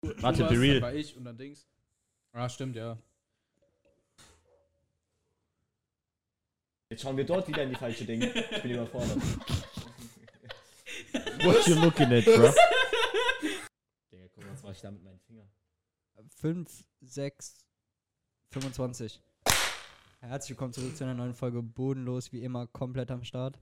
Warte, be Dann real. war ich und dann Dings. Ah, stimmt, ja. Jetzt schauen wir dort wieder in die falsche Dinge. Ich bin überfordert. What you looking at, bro? Digga, guck mal, was mach ich da mit meinen Fingern? 5, 6, 25. Herzlich willkommen zurück zu einer neuen Folge Bodenlos, wie immer komplett am Start.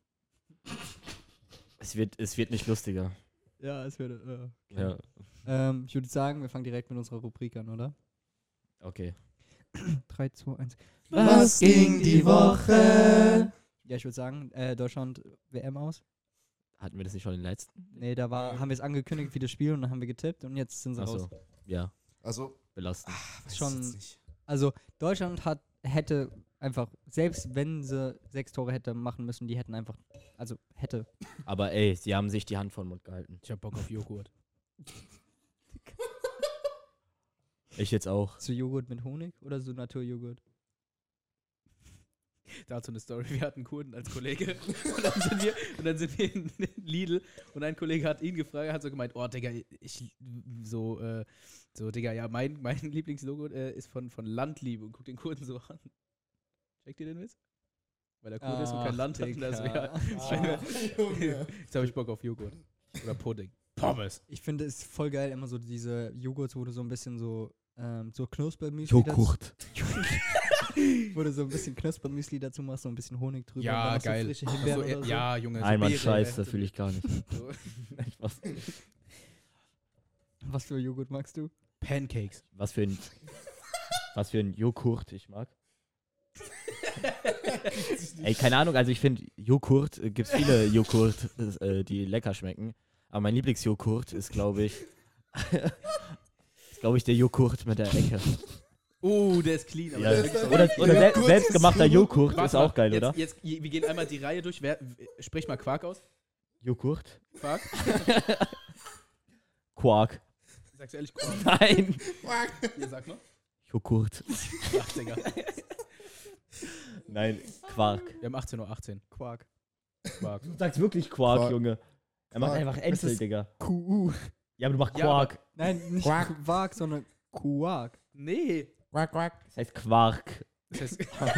Es wird nicht lustiger. Ja, es wird. Ja, Ich würde sagen, wir fangen direkt mit unserer Rubrik an, oder? okay. 3, 2, 1. Was ging die Woche? Ja, ich würde sagen, Deutschland WM aus. Hatten wir das nicht schon den letzten? Nee, haben wir es angekündigt, wie das Spiel, und dann haben wir getippt und jetzt sind sie raus. Achso, ja, Also, belastend. weiß Schon- ich jetzt nicht. Also, Deutschland hätte einfach, selbst wenn sie 6 Tore hätte machen müssen, die hätten einfach, also hätte. Aber ey, sie haben sich die Hand vor den Mund gehalten. Ich hab Bock auf Joghurt. Ich jetzt auch. So Joghurt mit Honig oder so Naturjoghurt? Dazu eine Story, wir hatten Kurden als Kollege und dann sind wir in Lidl und ein Kollege hat ihn gefragt, hat so gemeint, oh Digga, Digga, ja, mein Lieblingslogo ist von Landliebe, und guckt den Kurden so an. Checkt ihr den Witz? Weil er Kurde ist und kein Land hat. Und das Jetzt habe ich Bock auf Joghurt. Oder Pudding. Pommes. Ich finde es voll geil, immer so diese Joghurts, wo du so ein bisschen so Knuspermüsli Joghurt. wo du so ein bisschen Knuspermüsli dazu machst, so ein bisschen Honig drüber. Ja, und dann noch geil. So frische Himbeeren So, oder so. ja, Junge. so Nein, Mann, Beere, scheiße, fühle ich gar nicht. So. Nein, Spaß. Was für Joghurt magst du? Pancakes. Was für ein Joghurt ich mag. Ey, keine Ahnung, also ich finde Joghurt, gibt's viele Joghurt, die lecker schmecken. Aber mein Lieblingsjoghurt ist, glaube ich, der Joghurt mit der Ecke. Der ist clean. Aber Ja. der ist wirklich Oder, so- oder Joghurt selbstgemachter ist gut. Joghurt Warte ist auch mal, geil, oder? Jetzt, wir gehen einmal die Reihe durch. Sprich mal Quark aus. Joghurt? Quark. Quark. Sagst du ehrlich Quark? Nein. Ihr sag mal. Joghurt. Ach, Digga. Nein, Quark. Wir haben 18:18 Uhr. Quark. Quark. Du sagst wirklich Quark, Quark. Junge. Er macht Quark. einfach Das Äpfel, ist- Digga. QU. Ja, aber du machst Ja, Quark. Nein, nicht Quark. Quark, sondern Quark. Nee. Quack, quack. Das heißt Quark. Das heißt,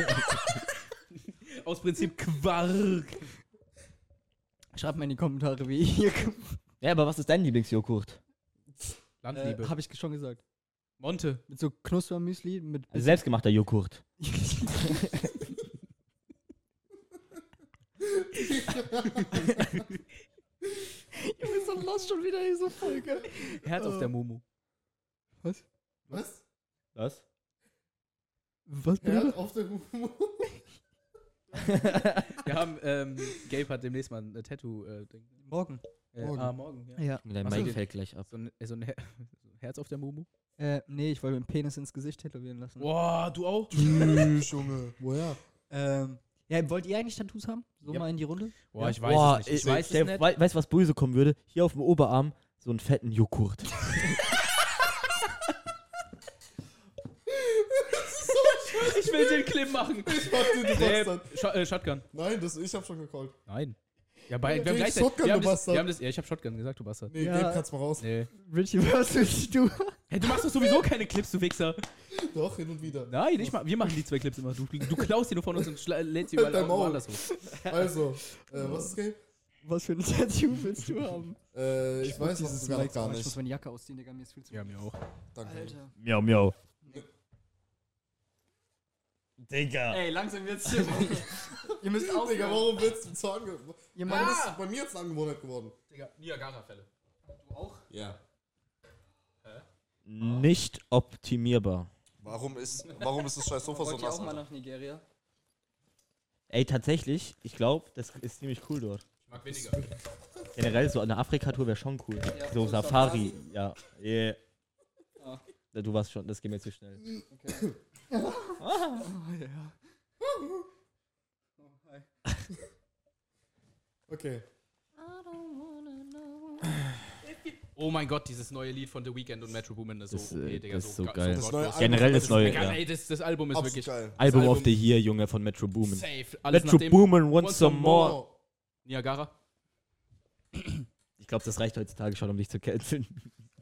aus Prinzip Quark. Schreibt mal in die Kommentare, wie ihr. Ja, aber was ist dein Lieblingsjoghurt? Landliebe. Habe ich schon gesagt. Monte. Mit so Knuspermüsli, mit. Also selbstgemachter Joghurt. Junge, so los schon wieder diese Folge. Herz auf der Mumu. Was? Was? Was Er bitte? hat auf der Wir haben, Gabe hat demnächst mal ein Tattoo-Ding. Morgen. Morgen. Morgen, ja. Ja. Dein Was Mic denn? fällt gleich ab. So ein Herz auf der Mumu. Nee, ich wollte mir den Penis ins Gesicht tätowieren lassen. Boah, du auch? Tschüss, Junge. Woher? Ja, wollt ihr eigentlich Tattoos haben? So Ja. mal in die Runde? Boah, ich Boah, weiß es nicht. Ich weiß es nicht. Weißt du, was böse kommen würde? Hier auf dem Oberarm so einen fetten Joghurt. Ich will den Clip machen. Ich mach den, du Nee, Bastard. Shotgun. Nein, ich hab schon gecallt. Nein. Ja, Ja, wir haben natürlich gleichzeitig. Shotgun, wir haben du das, Bastard. wir haben das, ja, ich hab Shotgun gesagt, du Bastard. Nee, Ja. Gabe, kannst mal raus. Nee. Richie, was willst du? Hey, du machst doch sowieso keine Clips, du Wichser. Doch, hin und wieder. Nein, wir machen die 2 Clips immer. Du klaust die nur von uns und lädst sie überall Dein Maul. woanders hoch. Also, was ist Gabe? Was für ein Tattoo willst du haben? Ich weiß es sogar noch gar Ich muss nicht. meine Jacke ausziehen, Digga, mir ist viel zu. Ja, mir auch. Danke. Alter. Miau, miau. Digga. Ey, langsam wird's. Ihr müsst Digga, aufhören. warum willst du zu Angewohnheit? Ihr Warum meint, ist bei mir jetzt eine Angewohnheit geworden? Digga, Niagara-Fälle. du auch? Ja. Nicht optimierbar. Warum ist das scheiß Sofa so Wollt ihr nass? auch mal Alter? nach Nigeria? Ey, tatsächlich, ich glaube, das ist ziemlich cool dort. Ich mag weniger. Generell so eine Afrika-Tour wäre schon cool. Ja, So so Safari, ja. Yeah. Ah. Du warst schon, das geht mir zu schnell. Okay. Oh, ja. Oh, hi. Okay. Oh mein Gott, dieses neue Lied von The Weeknd und Metro Boomin ist Das, so OP, Digga. das ist so ga- geil. Das neue gottlos. Album- Generell das neue, Digga, ja. ey, das Album ist Absolut wirklich geil. Album Album- of the Year, Junge, von Metro Boomin. safe. Alles Metro nachdem Boomin wants some more. Oh, Niagara. Ich glaube, das reicht heutzutage schon, um dich zu canceln.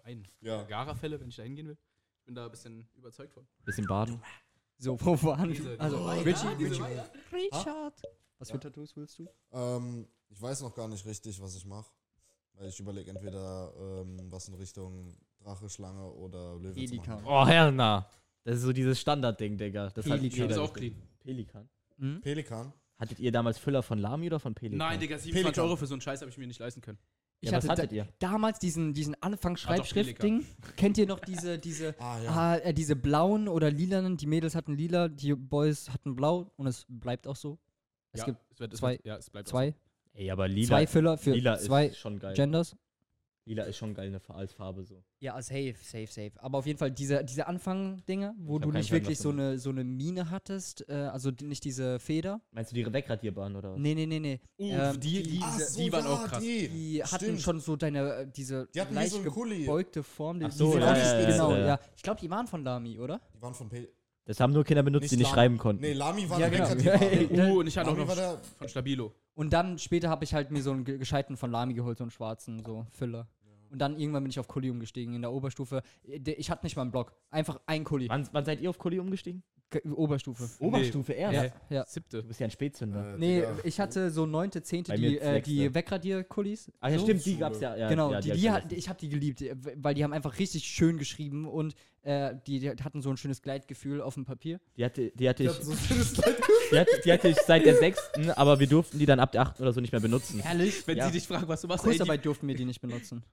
Ja. Niagara-Fälle, wenn ich da hingehen will. Ich bin da ein bisschen überzeugt von. Bisschen baden. So, wo waren Diese- Also, diese Richie, Weiler, diese Richie. Weiler. Richard. Was für Tattoos willst du? Ich weiß noch gar nicht richtig, was ich mache. Weil ich überlege entweder was in Richtung Drache, Schlange oder Löwe Pelikan. zu machen. Oh, Herna. Das ist so dieses Standardding, Digga. Das hat Pelikan. jeder Das ist auch gesehen. clean. Pelikan. Hm? Pelikan? Hattet ihr damals Füller von Lami oder von Pelikan? Nein, Digga, 27 Pelikan. Euro für so einen Scheiß habe ich mir nicht leisten können. Ich Ja, was hatte hattet ihr? damals diesen Pelikan. Anfang-Schreibschrift-Ding. Kennt ihr noch diese diese blauen oder lilanen? Die Mädels hatten lila, die Boys hatten blau und es bleibt auch so. Es gibt zwei- es bleibt auch zwei Ey, aber lila, zwei Füller für lila zwei ist schon geil. Genders. Lila ist schon geil als Farbe so. Ja, safe. Aber auf jeden Fall diese Anfang-Dinger, wo Ich hab du keinen nicht Plan, wirklich was du so eine Mine hattest, also nicht diese Feder. Meinst du die wegradierbaren oder was? Nee. Die Ach so, die waren ja, auch krass. Die hatten Stimmt. schon so diese Die hatten wie leicht so einen Kuli. gebeugte Form. Ach die so, sind ja, auch ja, ja, genau, ja. ja. Ich glaube, die waren von Lami, oder? Die waren von Pelikan. Das haben nur Kinder benutzt, die nicht Lami. schreiben konnten. Nee, Lami war Ja, der genau. Wegradierbare. Und ich hatte auch Lami noch war der. von Stabilo. Und dann später habe ich halt mir so einen gescheiten von Lami geholt, so einen schwarzen, so Füller. Und dann irgendwann bin ich auf Kuli umgestiegen in der Oberstufe. Ich hatte nicht mal einen Block. Einfach ein Kuli. Wann seid ihr auf Kuli umgestiegen? Oberstufe. Oberstufe erst? Ja. Siebte. Du bist ja ein Spätzünder. Nee, Digga. ich hatte so 9., 10. Bei mir die sechste. Wegradier-Kulis. Ach ja, so. stimmt, die gab's ja. Genau, ja, die ich habe die geliebt, weil die haben einfach richtig schön geschrieben und die hatten so ein schönes Gleitgefühl auf dem Papier. Die hatte ich, Die hat so ein schönes Leid. die hatte ich seit der 6., aber wir durften die dann ab der 8. oder so nicht mehr benutzen. Ehrlich? Wenn Ja. sie dich fragen, was du machst, Kursarbeit durften wir die nicht benutzen.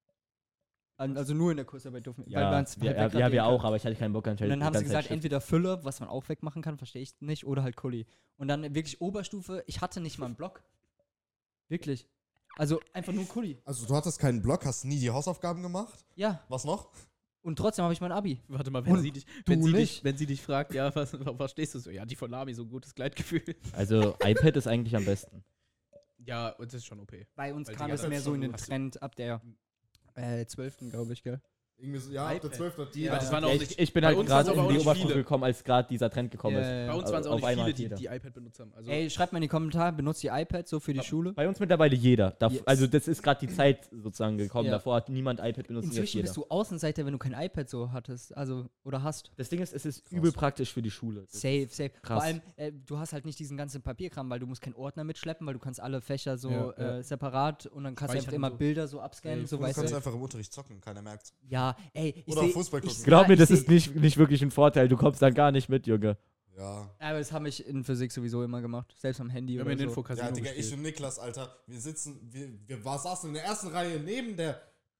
Also nur in der Kursarbeit durften wir. Ja, man's halt wir wegradieren auch, kann. aber ich hatte keinen Bock an Und dann haben sie gesagt, Schrift. entweder Füller, was man auch wegmachen kann, verstehe ich nicht, oder halt Kuli. Und dann wirklich Oberstufe, ich hatte nicht mal einen Block. Wirklich. Also einfach nur Kuli. Also, du hattest keinen Block, hast nie die Hausaufgaben gemacht. Ja, Was noch? und trotzdem habe ich mein Abi. Warte mal, Und wenn sie dich fragt, ja, was stehst du so? Ja, die von Lami, so ein gutes Gleitgefühl. Also iPad ist eigentlich am besten. Ja, und das ist schon OP. Bei uns Weil kam die es ganze mehr Zeit so in den hast du- Trend ab der 12., glaube ich, gell? Irgendwie so, ja, ab der iPad. 12. Die, Ja, das waren auch Ja, nicht- ich bin bei halt uns gerade waren's aber in auch die nicht Oberstufe viele. gekommen, als gerade dieser Trend gekommen ist. Bei uns waren es auch Auf nicht einmal viele, hat jeder. die iPad benutzt haben. Also, Ey, schreibt mal in die Kommentare, benutzt ihr iPad so für die Schule? Bei uns mittlerweile jeder. Yes. Also das ist gerade die Zeit sozusagen gekommen. Ja. Davor hat niemand iPad benutzt, jetzt Inzwischen jeder. bist du Außenseiter, wenn du kein iPad so hattest, also oder hast. Das Ding ist, es ist Krass. übel praktisch für die Schule. Das- Safe. Krass. Vor allem, du hast halt nicht diesen ganzen Papierkram, weil du musst keinen Ordner mitschleppen, weil du kannst alle Fächer so Ja, ja. separat und dann kannst du einfach Speichern immer und so. Bilder so abscannen, Ey, so du weißt kannst du. einfach im Unterricht zocken, keiner merkt's. Ja, ey, ich Oder seh- Fußball gucken. Glaub mir, ich das seh- ist nicht wirklich ein Vorteil. Du kommst dann gar nicht mit, Junge. Ja. Aber das habe ich in Physik sowieso immer gemacht, selbst am Handy wir haben oder in so. Info Casino Ja, Digga, ich gespielt. und Niklas, Alter, saßen in der ersten Reihe neben der,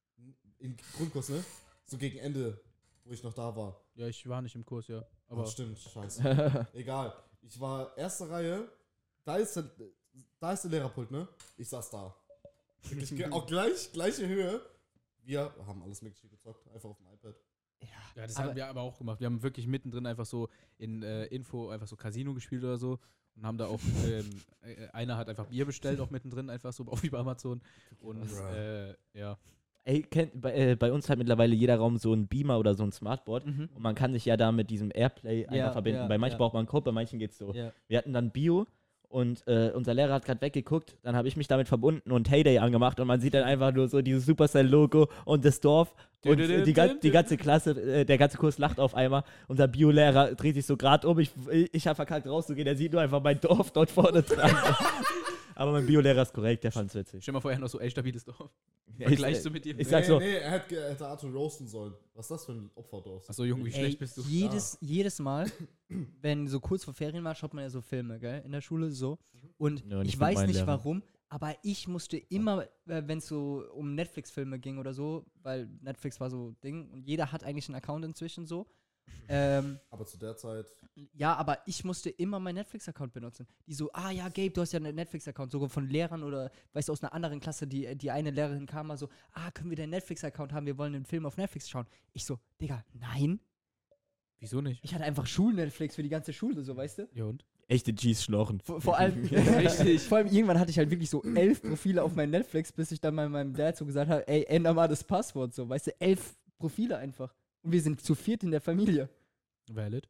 in Grundkurs, ne? So gegen Ende, wo ich noch da war. Ja, ich war nicht im Kurs, ja. Aber Aber stimmt, scheiße. Egal. Ich war erste Reihe, da ist der Lehrerpult, ne? Ich saß da. Wirklich, auch gleiche Höhe. Wir haben alles Mögliche gezockt, einfach auf dem iPad. ja, das aber- haben wir aber auch gemacht. Wir haben wirklich mittendrin einfach so in Info einfach so Casino gespielt oder so. Und haben da auch, einer hat einfach Bier bestellt, auch mittendrin, einfach so auch wie bei Amazon. Und ja. Ey, bei uns hat mittlerweile jeder Raum so ein Beamer oder so ein Smartboard. Mhm. Und man kann sich ja da mit diesem Airplay Ja, einfach verbinden. ja, Bei manchen ja. braucht man einen Code, bei manchen geht's so. Ja. Wir hatten dann Bio und unser Lehrer hat gerade weggeguckt. Dann habe ich mich damit verbunden und Heyday angemacht und man sieht dann einfach nur so dieses Supercell-Logo und das Dorf. Und die ganze Klasse, der ganze Kurs lacht auf einmal. Unser Bio-Lehrer dreht sich so gerade um. Ich habe verkackt rauszugehen. Er sieht nur einfach mein Dorf dort vorne dran. Aber mein Bio-Lehrer ist korrekt, der fand's witzig. Stell mal vorher noch so, ey, stabiles Dorf. Ja, Vergleichst du mit ihm? ich sag so, Nee, er hätte Arthur roasten sollen. Was ist das für ein Opferdorf? Achso, Junge, wie Ey, schlecht bist du? jedes Mal, wenn so kurz vor Ferien war, schaut man ja so Filme, gell, in der Schule so. Und Ja, nicht ich mit weiß meinen nicht Lehrern. warum, aber ich musste immer, wenn es so um Netflix-Filme ging oder so, weil Netflix war so Ding und jeder hat eigentlich einen Account inzwischen so. Aber zu der Zeit. Ja, aber ich musste immer meinen Netflix-Account benutzen. Die so, ah ja, Gabe, du hast ja einen Netflix-Account, sogar von Lehrern oder, weißt du, aus einer anderen Klasse, die eine Lehrerin kam mal so, ah, können wir deinen Netflix-Account haben, wir wollen einen Film auf Netflix schauen. Ich so, Digga, nein. Wieso nicht? Ich hatte einfach Schul-Netflix für die ganze Schule, so, weißt du? Ja und? echte Gs schnorren. Vor allem, Richtig. vor allem irgendwann hatte ich halt wirklich so 11 Profile auf meinem Netflix, bis ich dann mal meinem Dad so gesagt habe, ey, änder mal das Passwort, so, weißt du, 11 Profile einfach. Und wir sind zu viert in der Familie. Valid.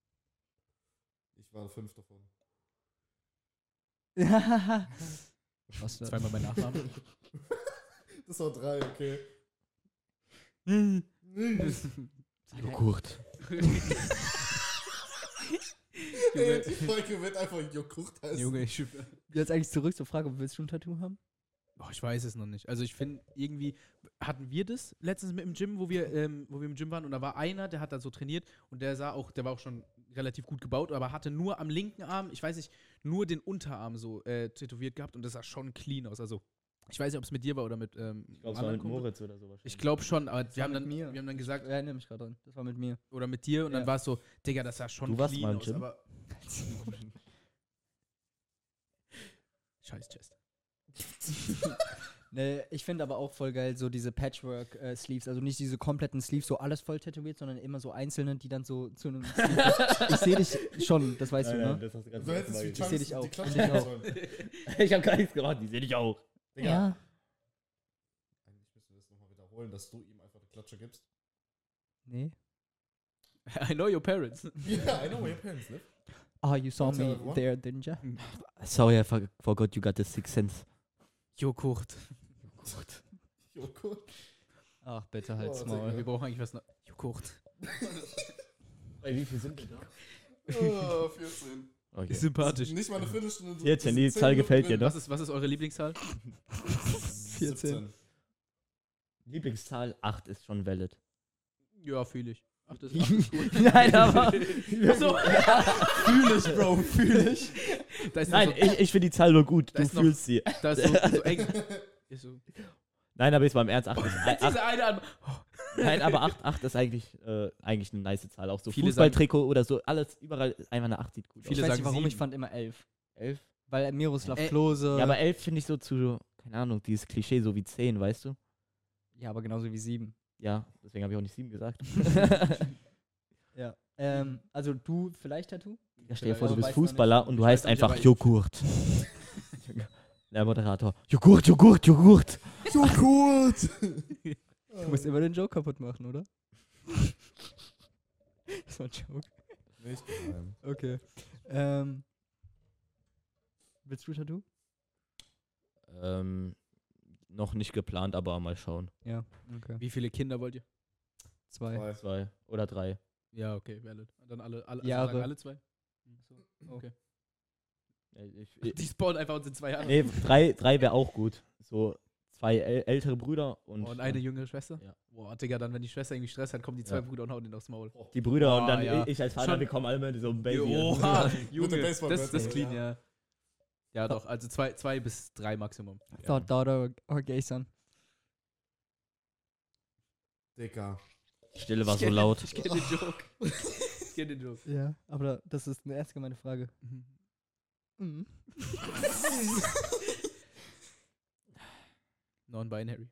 Ich war 5 davon. Was Zweimal mein Nachname. Das war 3, okay. Joghurt. Ey, die Folge wird einfach Joghurt heißen. Junge, Jetzt eigentlich zurück zur Frage, willst du ein Tattoo haben? ich weiß es noch nicht. Also ich finde, irgendwie hatten wir das letztens mit dem Gym, wo wir im Gym waren und da war einer, der hat da so trainiert und der war auch schon relativ gut gebaut, aber hatte nur am linken Arm, ich weiß nicht, nur den Unterarm so tätowiert gehabt und das sah schon clean aus. Also ich weiß nicht, ob es mit dir war oder mit Ich glaube, es war anderen mit Kumpel. Moritz oder sowas. Ich glaube schon, aber wir haben mit mir. dann gesagt, Ich erinnere mich gerade dran. Das war mit mir. oder mit dir und dann Ja. war es so, Digga, das sah schon Du warst clean mal im aus, Gym? aber Scheiß Chest. Ne, ich finde aber auch voll geil, so diese Patchwork-Sleeves, also nicht diese kompletten Sleeves, so alles voll tätowiert, sondern immer so einzelne, die dann so zu einem Sleeve. Ich sehe dich schon, das weißt du, ne? das hast du Du hättest wie Ich seh Chunks dich auch. die Ich Klatsche dich machen auch. sollen. Ich habe gar nichts gemacht, die sehe ich auch. Digga, eigentlich müssen wir das nochmal wiederholen, dass du ihm einfach eine Klatsche gibst. Nee. I know your parents. Yeah, I know where your parents live. Ah, you saw Don't tell me everyone. there, didn't you? Sorry, I forgot you got the sixth sense. Joghurt. Joghurt. Ach, bitte halt's Oh, Maul. Digga. Wir brauchen eigentlich was. Joghurt. Wie viel sind wir da? 14. Okay. Sympathisch. Nicht mal eine Viertelstunde. 14, die das sind Zahl 10 gefällt dir, Minuten ne? Was ist eure Lieblingszahl? drin. 14. Lieblingszahl 8 ist schon valid. Ja, fühle ich. Ach, das Nein, aber. Achso. Fühl ich, Bro, fühl ich. Da ist Nein, noch so, ich finde die Zahl nur gut. Da Du ist noch- fühlst sie. da ist so eng. Ist so. Nein, aber jetzt mal im Ernst. 8 ist, Diese eine an. nein, aber 8 ist eigentlich eine nice Zahl. Auch so Viele Fußballtrikot oder so. Alles, überall einfach eine 8 sieht gut Ich Viele weiß sagen nicht warum, 7. ich fand immer 11. 11? Weil Miroslav Ä- Klose. Ja, aber 11 finde ich so zu, keine Ahnung, dieses Klischee so wie 10, weißt du? Ja, aber genauso wie 7. Ja, deswegen habe ich auch nicht 7 gesagt. Ja. Also du vielleicht Tattoo? Ja, stell dir vor, du Aber bist weiß man Fußballer nicht. und du Ich heißt weiß nicht, einfach aber ich- Joghurt. Der Moderator. Joghurt, Joghurt, Joghurt. Joghurt! Du musst immer den Joke kaputt machen, oder? Das war ein Joke. Nicht gemein. Okay. Willst du Tattoo? Noch nicht geplant, aber mal schauen. Ja, okay. Wie viele Kinder wollt ihr? 2. 2 oder 3. Ja, okay, valid. Dann alle Jahre. sagen alle 2? Oh. Okay. Ich, Die spawnen einfach uns in 2 Jahren. nee, 3 wäre auch gut. So 2 ältere Brüder Und eine jüngere Schwester? Ja. Boah, Digga, dann, wenn die Schwester irgendwie Stress hat, kommen die 2 Ja. Brüder und hauen den aufs Maul. die Brüder und Oh, dann ja. ich als Vater Schon- bekomme alle so ein Baby. Oha, Mit Junge, dem das Baseballbett, ist clean, ja. ja. Ja, doch, also 2 bis 3 Maximum. Thought daughter or gay son. Digga. Die Stille war Ich so kenn- laut. Ich kenne den Joke. Ich kenne den Joke. Ja, aber das ist eine ernst gemeine Frage. Mhm. Non-binary.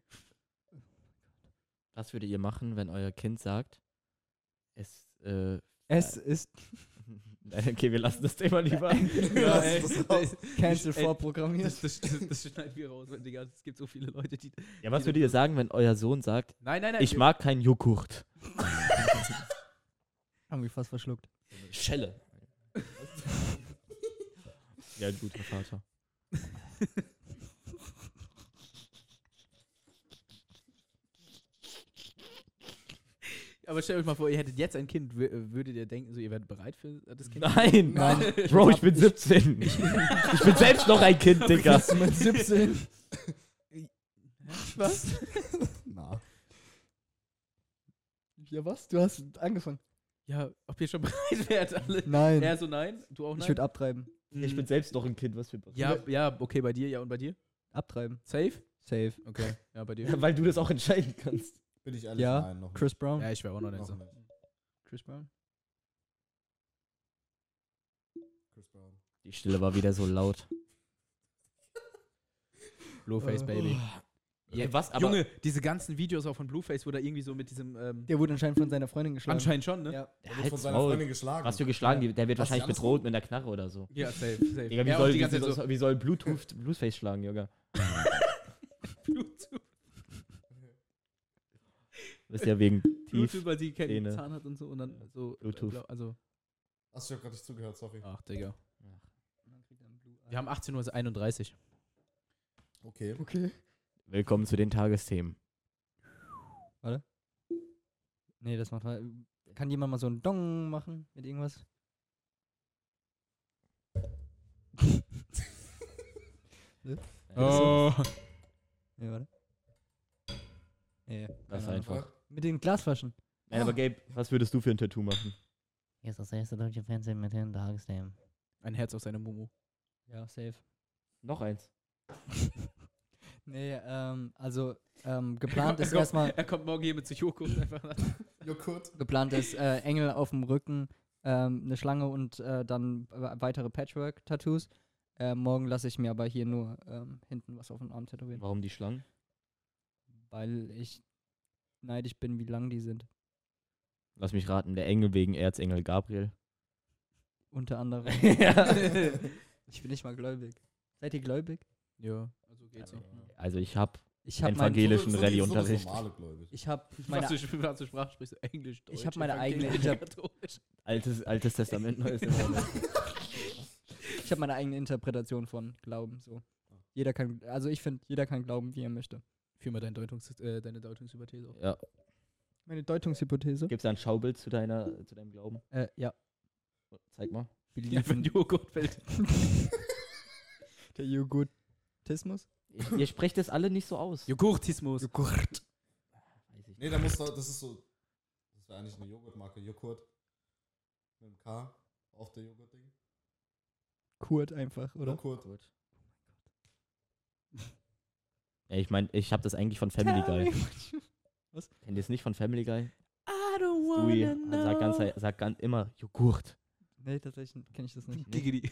Was würdet ihr machen, wenn euer Kind sagt, es Es ist Nein, okay, wir lassen das Thema lieber. Ja, ey, Cancel Ey, vorprogrammiert. das schneiden wir raus, weil, Digga, es gibt so viele Leute, die. Ja, was würdet ihr sagen, wenn euer Sohn sagt, Nein. ich mag keinen Joghurt? Haben wir fast verschluckt. Schelle. Ja, ein guter Vater. Aber stellt euch mal vor, ihr hättet jetzt ein Kind, würdet ihr denken, so, ihr werdet bereit für das Kind? Nein, Nein. Bro, ich bin 17. Ich bin selbst noch ein Kind, Digga. Mit 17. Was? Na. Ja, was? Du hast angefangen. Ja, ob ihr schon bereit wärt, alle. Nein. Er so nein, du auch nein? Ich würde abtreiben. Ich bin selbst noch ein Kind, was für. ja, okay, bei dir, ja, und bei dir? Abtreiben. Safe? Safe. Okay, ja, bei dir. Weil du das auch entscheiden kannst. Bin ich ehrlich? Ja, Nein, noch nicht. Chris Brown. Ja, ich wäre auch noch nicht Noch so. nicht. Chris Brown. Chris Brown. Die Stille war wieder so laut. Blueface, Baby. Ja, was? Aber Junge, diese ganzen Videos auch von Blueface, wo da irgendwie so mit diesem, Der wurde anscheinend von seiner Freundin geschlagen. anscheinend schon, ne? Ja. Der wird halt's von seiner Maul. Freundin geschlagen. Was für geschlagen? Der wird Hast du wahrscheinlich alles bedroht mit einer Knarre oder so. Ja, safe. Digga, Ja, auch die ganze Zeit so, wie soll Bluetooth Face schlagen, Junge? Bluetooth, Das ist ja wegen Bluetooth, weil sie keinen Zähne. Zahn hat und so und dann so, Bluetooth. also, Achso, ich hab grad nicht zugehört, sorry. ach, Digga. Wir haben 18:31 Uhr. Okay. Okay. Willkommen zu den Tagesthemen. Nee, das macht halt. Kann jemand mal so einen Dong machen mit irgendwas? Oh. Ja, warte. Nee, Das ist keine Ahnung. einfach. Mit den Glasflaschen. Nein, aber Gabe, was würdest du für ein Tattoo machen? Hier ist das erste deutsche Fernsehen mit den Tagesthemen. Ein Herz auf seine Momo. Ja, safe. Noch eins. Nee, also geplant ist erstmal. Er kommt morgen hier mit sich Joghurt einfach. Joghurt. Geplant ist Engel auf dem Rücken, eine Schlange und dann weitere Patchwork-Tattoos. Morgen lasse ich mir aber hier nur hinten was auf den Arm tätowieren. Warum die Schlangen? Weil ich neidisch bin, wie lang die sind. Lass mich raten, der Engel wegen Erzengel Gabriel. Unter anderem. Ich bin nicht mal gläubig. Seid ihr gläubig? Ja, also geht's so. Also ich habe Ich habe evangelischen So Rallye-Unterricht. normale, glaub ich. Ich habe meine, Was für Sprache sprichst du? Englisch, Deutsch? Ich hab meine eigene Katholisch? Altes Testament, Neues Testament. ich habe meine eigene Interpretation von Glauben. So. Jeder kann, also ich finde, jeder kann glauben, wie er möchte. Führ mal deine Deutungshypothese auf. Ja. Meine Deutungshypothese? Gibt es da ein Schaubild zu deinem Glauben? Ja. Zeig mal. Ja, wenn Joghurt fällt. Der Joghurtismus? Ihr sprecht das alle nicht so aus. Joghurtismus. Joghurt. Weiß ich Nee, da muss da, das ist so. Das wäre eigentlich eine Joghurtmarke. Joghurt. Mit dem K auf der Joghurt-Ding. Kurt einfach, oder? Joghurt. Gut. Ja, ich meine, ich habe das eigentlich von Family Guy. Was? Kennt ihr es nicht von Family Guy? I don't Stewie sagt ganz immer Joghurt. Nee, tatsächlich kenne ich das nicht. Giggity.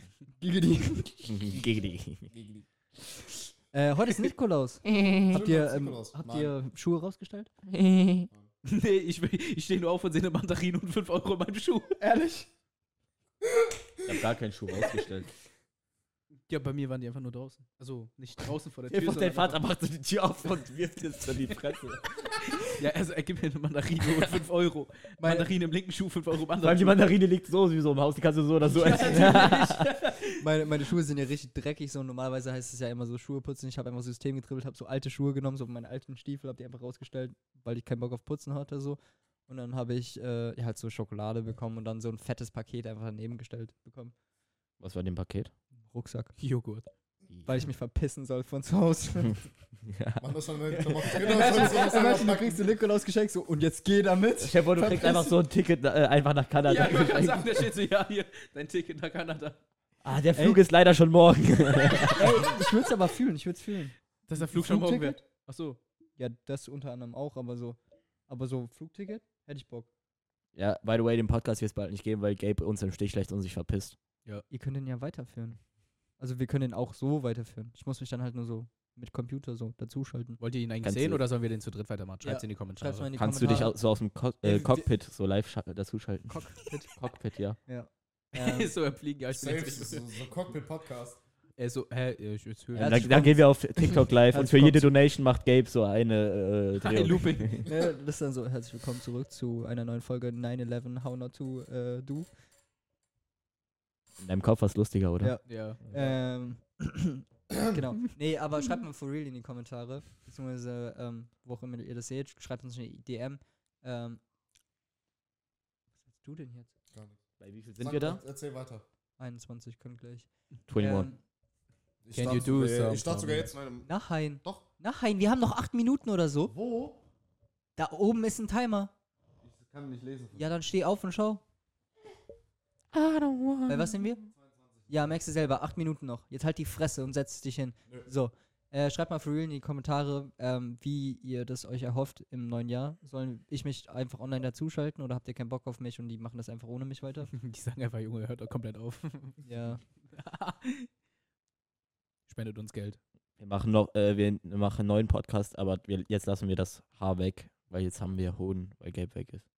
Giggity. Heute ist Nikolaus. Habt Schön, ihr, Nikolaus. habt Nein. ihr Schuhe rausgestellt? Nee, ich stehe nur auf und sehe eine Mandarine und 5 Euro in meinem Schuh. Ehrlich? Ich habe gar keinen Schuh rausgestellt. Ja, bei mir waren die einfach nur draußen. Also nicht draußen vor der Tür. Einfach dein sondern Vater macht so die Tür auf und wirft es in die Fresse. Ja, also er gibt mir eine Mandarine und 5 Euro. Mandarine im linken Schuh, 5 Euro im Vor allem anderen die Schuh. Mandarine liegt so wie so im Haus, die kannst du so oder so essen. Meine Schuhe sind ja richtig dreckig. So normalerweise heißt es ja immer so Schuhe putzen. Ich habe einfach System getribbelt, habe so alte Schuhe genommen, so meine alten Stiefel, habe die einfach rausgestellt, weil ich keinen Bock auf Putzen hatte. So. Und dann habe ich ja, halt so Schokolade bekommen und dann so ein fettes Paket einfach daneben gestellt bekommen. Was war in dem Paket? Rucksack. Joghurt. Weil ich mich verpissen soll von zu Hause. Ja. Mach das schon in den Klamotten. Genau, Du kriegst du Nikolaus geschenkt so und jetzt geh damit. Chef, du kriegst einfach so ein Ticket einfach nach Kanada. Ja, ich wollte gerade sagen, da steht so, ja, hier, dein Ticket nach Kanada. Ah, der Flug ist leider schon morgen. Ey, ich würde es aber fühlen, ich würde es fühlen. Dass der Flug schon morgen Flugticket? wird. Achso. Ja, das unter anderem auch, aber so Flugticket hätte ich Bock. Ja, by the way, den Podcast wird es bald nicht geben, weil Gabe uns im Stich lässt und sich verpisst. Ihr könnt den ja weiterführen. Also wir können den auch so weiterführen. Ich muss mich dann halt nur so mit Computer so dazuschalten. Wollt ihr ihn eigentlich Kannst sehen du- oder sollen wir den zu dritt weitermachen? Schreibt Ja, in die Kommentare. Schreib's mal in die Kannst du dich Kommentare. so aus dem Cockpit so live dazuschalten? Cockpit. Cockpit, ja. So im Fliegen, ja, ich bin Safe, jetzt so Cockpit-Podcast. so, ich will's hören. Ja, Dann gehen wir auf TikTok live und Herzlich für jede willkommen Donation macht Gabe so eine Ein Drehung. Looping. Ja, das ist dann so, herzlich willkommen zurück zu einer neuen Folge 9/11 How Not to Do. In deinem Kopf war es lustiger, oder? Ja. Ja. Genau. Nee, aber schreibt mal for real in die Kommentare, beziehungsweise wo auch immer ihr das seht, schreibt uns eine DM. Was willst du denn jetzt? Gar nicht. Bei wie viel sind wir da? Erzähl weiter. 21 können gleich. 21. Ich Can starte you do sogar- some Ich starte for sogar me? jetzt in einem. Nein. Doch. Nein, wir haben noch 8 Minuten oder so. Wo? Da oben ist ein Timer. Ich kann nicht lesen. Ja, dann steh auf und schau. Bei was sind wir? Ja, merkst du selber, 8 Minuten noch. Jetzt halt die Fresse und setz dich hin. Nö. So, schreibt mal for real in die Kommentare, wie ihr das euch erhofft im neuen Jahr. Sollen ich mich einfach online dazuschalten oder habt ihr keinen Bock auf mich und die machen das einfach ohne mich weiter? Die sagen einfach, Junge, hört doch komplett auf. Ja. Spendet uns Geld. Wir machen wir machen einen neuen Podcast, aber jetzt lassen wir das Haar weg, weil jetzt haben wir Hoden, weil Gabe weg ist.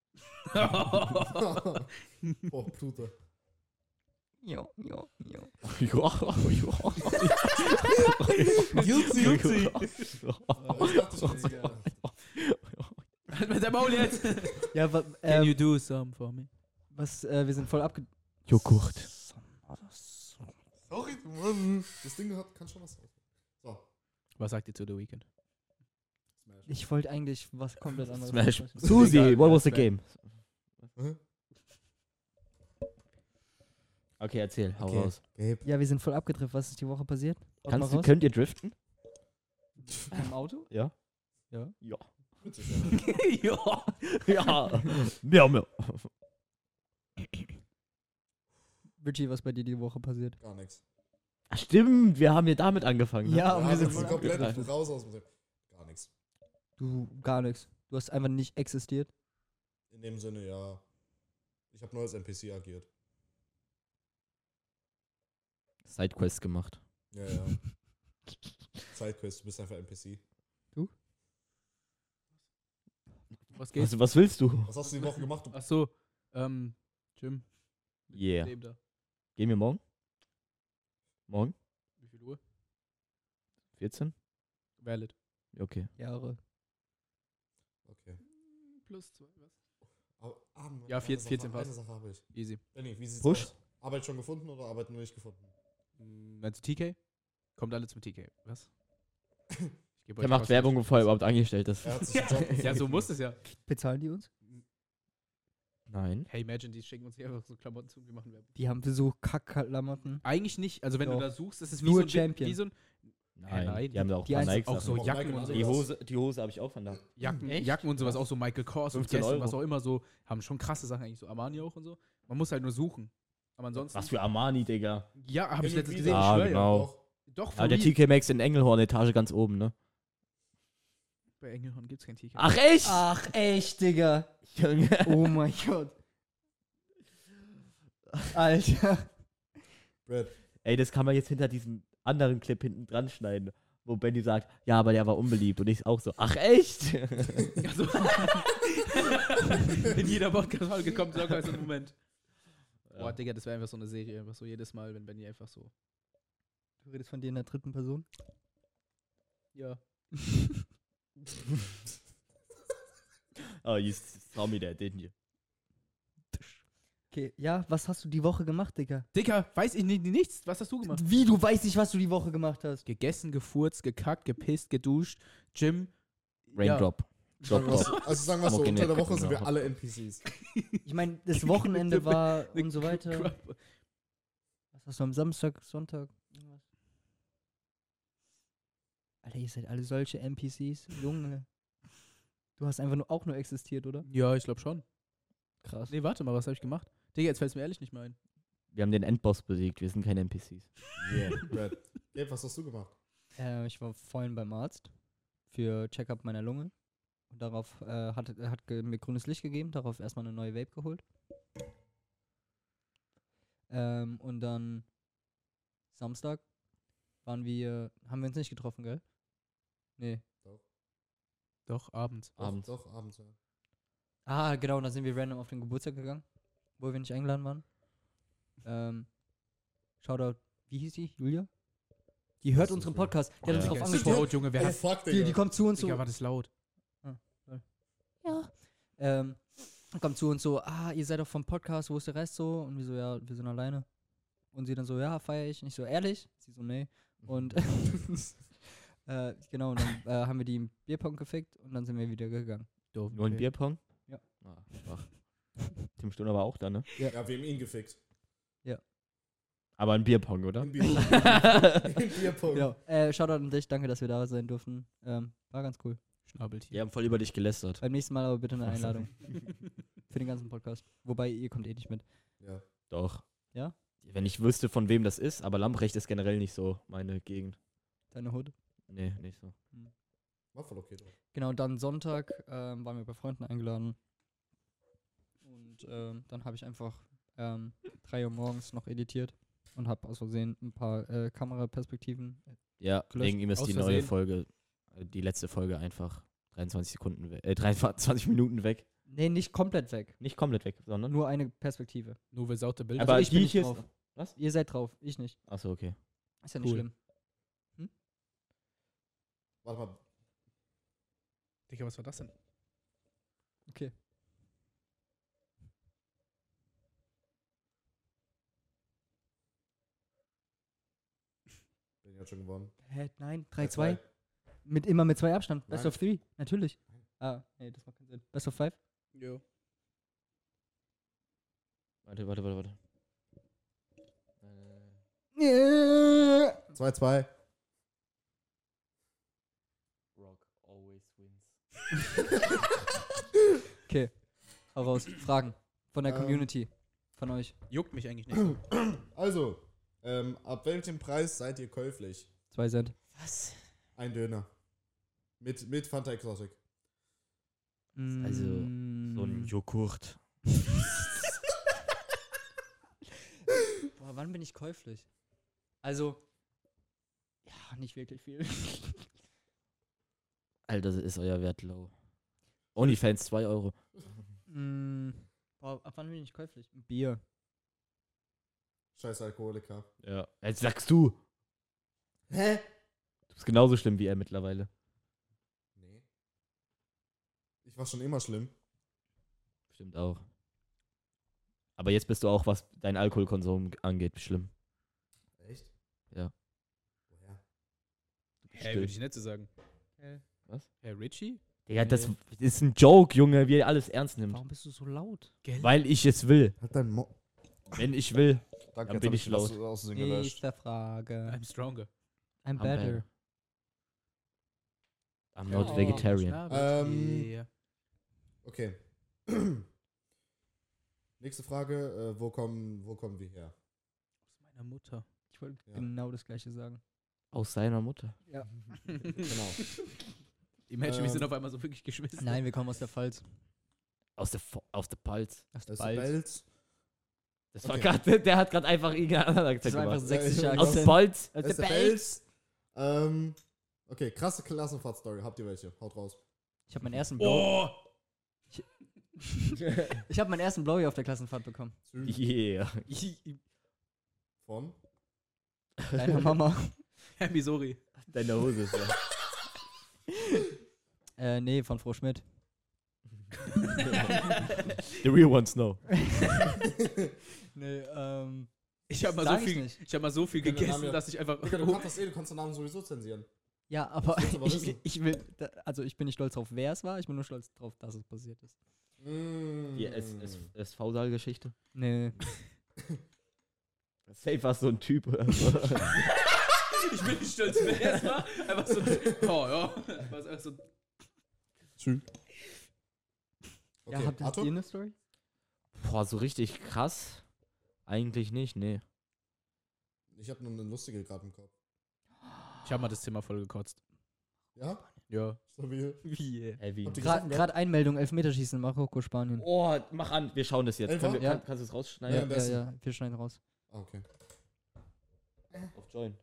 Oh, Pluto. Ja. Ja. Guilty. Guilty. Ich dachte schon, Halt mit der Maul jetzt! Ja, Can you do some for me? wir sind voll abge... Joghurt. Sorry, Mann. Das Ding kann schon was sein. So. Was sagt ihr zu The Weeknd? Ist Smash. Ich wollte eigentlich was komplett anderes. Smash. sprechen. Susi, Egal, what was the Smash. game? Hm? Okay, erzähl, hau Okay. raus. Gabe. Ja, wir sind voll abgetrifft. Was ist die Woche passiert? Haut mal raus. Könnt ihr driften? Im Auto? Ja. Ja. Ja. Witzig, ja. Ja. Ja. Ja. Richie, was bei dir die Woche passiert? Gar nichts. Ach, stimmt, wir haben ja damit angefangen. Ne? Ja, und wir sind voll voll komplett abgeschlossen. raus aus dem Thema. Gar nichts. Du, gar nichts. Du hast einfach nicht existiert. In dem Sinne, ja. Ich habe nur als NPC agiert. Sidequest gemacht. Ja, ja. Sidequest, du bist einfach NPC. Was geht? Was willst du? Was hast du die Woche gemacht? Du Achso, Jim. Yeah. Leben da. Gehen wir morgen? Morgen? Wie viel Uhr? 14? Valid. Okay. Jahre. Okay. Plus 2, was? Moment, Ja, 14 Eine passt. Sache habe ich. Easy. Benni, wie sieht's Push? aus? Arbeit schon gefunden oder Arbeit noch nicht gefunden? Meinst du TK? Kommt alle zum TK. Was? Ich geb euch Der macht was. Werbung, bevor er überhaupt angestellt ist. Er hat sich einen Job gefunden. Ja, so muss es ja. Bezahlen die uns? Nein. Hey, imagine, die schicken uns hier einfach so Klamotten zu und wir machen Werbung. Die haben so Kackklamotten. Eigentlich nicht. Also, wenn Doch. du da suchst, ist es wie Nur so ein Champion. Wie so ein Nein. nein. Die haben da auch Die ein paar einzig- Nikes. auch so Auch Jacken Michael und so. Die Hose habe ich auch von da. Jacken, Jacken und sowas, auch so Michael Kors und 15 Guess und was Euro. auch immer so. Haben schon krasse Sachen eigentlich, so Armani auch und so. Man muss halt nur suchen. Aber ansonsten. Was für Armani, Digga. Ja, habe ich Hin und letztens wieder. gesehen, Ah, ich schwör genau. ja. Auch. Doch, Aber der real. TK Maxx in Engelhorn, Etage ganz oben, ne? Bei Engelhorn gibt's kein TK. Ach, echt? Ach, echt, Digga. Junge. Oh mein Gott. Alter. Brad. Ey, das kann man jetzt hinter diesem anderen Clip hinten dran schneiden, wo Benny sagt, ja, aber der war unbeliebt. Und ich auch so, ach, echt? Also, in jeder Podcast-Folge kommt so ein Moment. Boah, Ja. Digga, das wäre einfach so eine Serie. Einfach so jedes Mal, wenn Benny einfach so. Du redest von dir in der dritten Person? Ja. Oh, you saw me there, didn't you? Okay, ja, was hast du die Woche gemacht, Digga? Digga, weiß ich nichts. Was hast du gemacht? Wie, du weißt nicht, was du die Woche gemacht hast? Gegessen, gefurzt, gekackt, gepisst, geduscht, Gym. Raindrop. Drop, Also, drop. also sagen wir so, Okay, unter der nee, Woche sind wir genau. alle NPCs. Ich meine, das Wochenende war Ne und so weiter. Was hast du am Samstag, Sonntag? Irgendwas? Alter, ihr seid alle solche NPCs. Junge. Du hast einfach nur, auch nur existiert, oder? Ja, ich glaube schon. Krass. Nee, warte mal, was habe ich gemacht? Digga, jetzt fällt es mir ehrlich nicht mehr ein. Wir haben den Endboss besiegt, wir sind keine NPCs. Yeah, Brad. Gabe, was hast du gemacht? Ich war vorhin beim Arzt für Check-up meiner Lunge. Und darauf mir grünes Licht gegeben, darauf erstmal eine neue Vape geholt. Und dann Samstag haben wir uns nicht getroffen, gell? Nee. Doch, abends. Abends. Doch, abends, ja. Ah, genau, da sind wir random auf den Geburtstag gegangen, wo wir nicht eingeladen waren. Shoutout, wie hieß die? Julia? Die hört ist unseren das Podcast, die hat uns Ja. drauf Digga, ist angesprochen. laut, Junge, wer Oh hat. fuck, Die Digga. kommt zu uns so. Digga, war das laut. Ja. Kommt zu uns so, ihr seid doch vom Podcast, wo ist der Rest so? Und wir so, ja, wir sind alleine. Und sie dann so, ja, feier ich. Nicht so, ehrlich? Sie so, nee. Und genau, und dann haben wir die im Bierpong gefickt und dann sind wir wieder gegangen. Doof, Nur ein okay. Bierpong? Ja. Ah, schwach. Tim Stunner war auch da, ne? Ja, wir haben ihn gefickt. Aber ein Bierpong, oder? Im Bierpong. Ja, Shoutout an dich, danke, dass wir da sein durften. War ganz cool. Schnabeltier. Die haben voll über dich gelästert. Beim nächsten Mal aber bitte eine Einladung für den ganzen Podcast. Wobei, ihr kommt eh nicht mit. Ja. Doch. Ja? Wenn ich wüsste, von wem das ist, aber Lamprecht ist generell nicht so meine Gegend. Deine Hut. Nee, nicht so. War voll okay doch. Genau, und dann Sonntag waren wir bei Freunden eingeladen. Und dann habe ich einfach 3 Uhr morgens noch editiert und habe aus Versehen ein paar Kameraperspektiven. Ja, Gelöscht. wegen ihm ist Aus die neue Versehen. Folge, die letzte Folge einfach 23 Minuten weg. Nee, nicht komplett weg. Nicht komplett weg, sondern Nur eine Perspektive. Nur versaute Bilder. Aber ich bin die nicht hier drauf. ist. Was? Ihr seid drauf, ich nicht. Achso, okay. Ist ja nicht Cool. schlimm. Warte mal. Digga, was war das denn? Okay. Benni hat schon gewonnen. Hä, nein, 3-2? Immer mit 2 Abstand. Best Nein. of 3, natürlich. Ah, nee, das macht keinen Sinn. Best of 5? Jo. Warte. 2-2. Rock always wins. Okay, hau raus. Fragen von der Ähm. Community. Von euch. Juckt mich eigentlich nicht so. Also, ab welchem Preis seid ihr käuflich? 2 Cent. Was? Ein Döner. Mit Fanta Exotic. Also, So ein Joghurt. Boah, wann bin ich käuflich? Also, ja, nicht wirklich viel. Alter, das ist euer Wert low. Onlyfans 2 Euro. Boah, ab wann bin ich käuflich? Ein Bier. Scheiß Alkoholiker. Ja. Jetzt sagst du. Hä? Du bist genauso schlimm wie er mittlerweile. Nee. Ich war schon immer schlimm. Stimmt auch. Aber jetzt bist du auch, was dein Alkoholkonsum angeht, schlimm. Echt? Ja. Woher? Hä, würde ich nicht so sagen. Was? Herr Richie? Digga, das ist ein Joke, Junge, wie er alles ernst nimmt. Warum bist du so laut? Gell? Weil ich es will. Hat dein Mo Wenn ich will. Danke, Dann bin ich laut. Aus gelöscht. Nächste Frage. I'm stronger. I'm I'm better. I'm not Oh, vegetarian. Ja. Okay. Nächste Frage. Wo kommen wir her? Aus meiner Mutter. Ich wollte Ja. genau das gleiche sagen. Aus seiner Mutter. Ja. Genau. Die Menschen, wir sind Ähm. auf einmal so wirklich Geschwister. Nein, wir kommen aus der Pfalz. Aus der Palz. Aus der Das ist Pfalz. Belz. Das war Okay. gerade, der hat gerade einfach irgendeinen anderen Das Akzent war einfach gemacht. sächsischer Aus Akzent. Palz. Aus Das ist der der Pfalz. Belz. Okay, krasse Klassenfahrt-Story. Habt ihr welche? Haut raus. Ich habe meinen ersten Blow. Oh! Ich habe meinen ersten Blowy auf der Klassenfahrt bekommen. Yeah. Von? Deiner Mama. Herr Misori. Deine Hose ist ja. Nee, von Frau Schmidt. The real ones know. Nee, Ich habe mal, Sag so ich viel, nicht. ich hab mal so viel Wir können den Namen gegessen, ja- dass ich einfach. Okay, du kannst den Namen sowieso zensieren. ja, aber Das willst du aber wissen. ich will, also ich bin nicht stolz drauf, wer es war, ich bin nur stolz drauf, dass es passiert ist. Die SV-Saal-Geschichte. Nee. Safe war so ein Typ oder so. Ich bin nicht stolz, wer es war. Einfach so. Oh ja. War einfach so. Tschüss. Ja, Okay, habt ihr Arthur? eine Story? Boah, so richtig krass? Eigentlich nicht, nee. Ich habe nur eine lustige gerade im Kopf. Ich habe mal das Zimmer voll gekotzt. Ja? Ja. Stabil. Wie? Heavy. Habt ihr gesoffen, Gerade Einmeldung, Elfmeterschießen, Marokko, Spanien. Oh, mach an, wir schauen das jetzt. Elfer? Können wir, Ja. kannst du es Ja. rausschneiden? Ja, währenddessen. ja, wir schneiden raus. Ah, okay. Auf Join.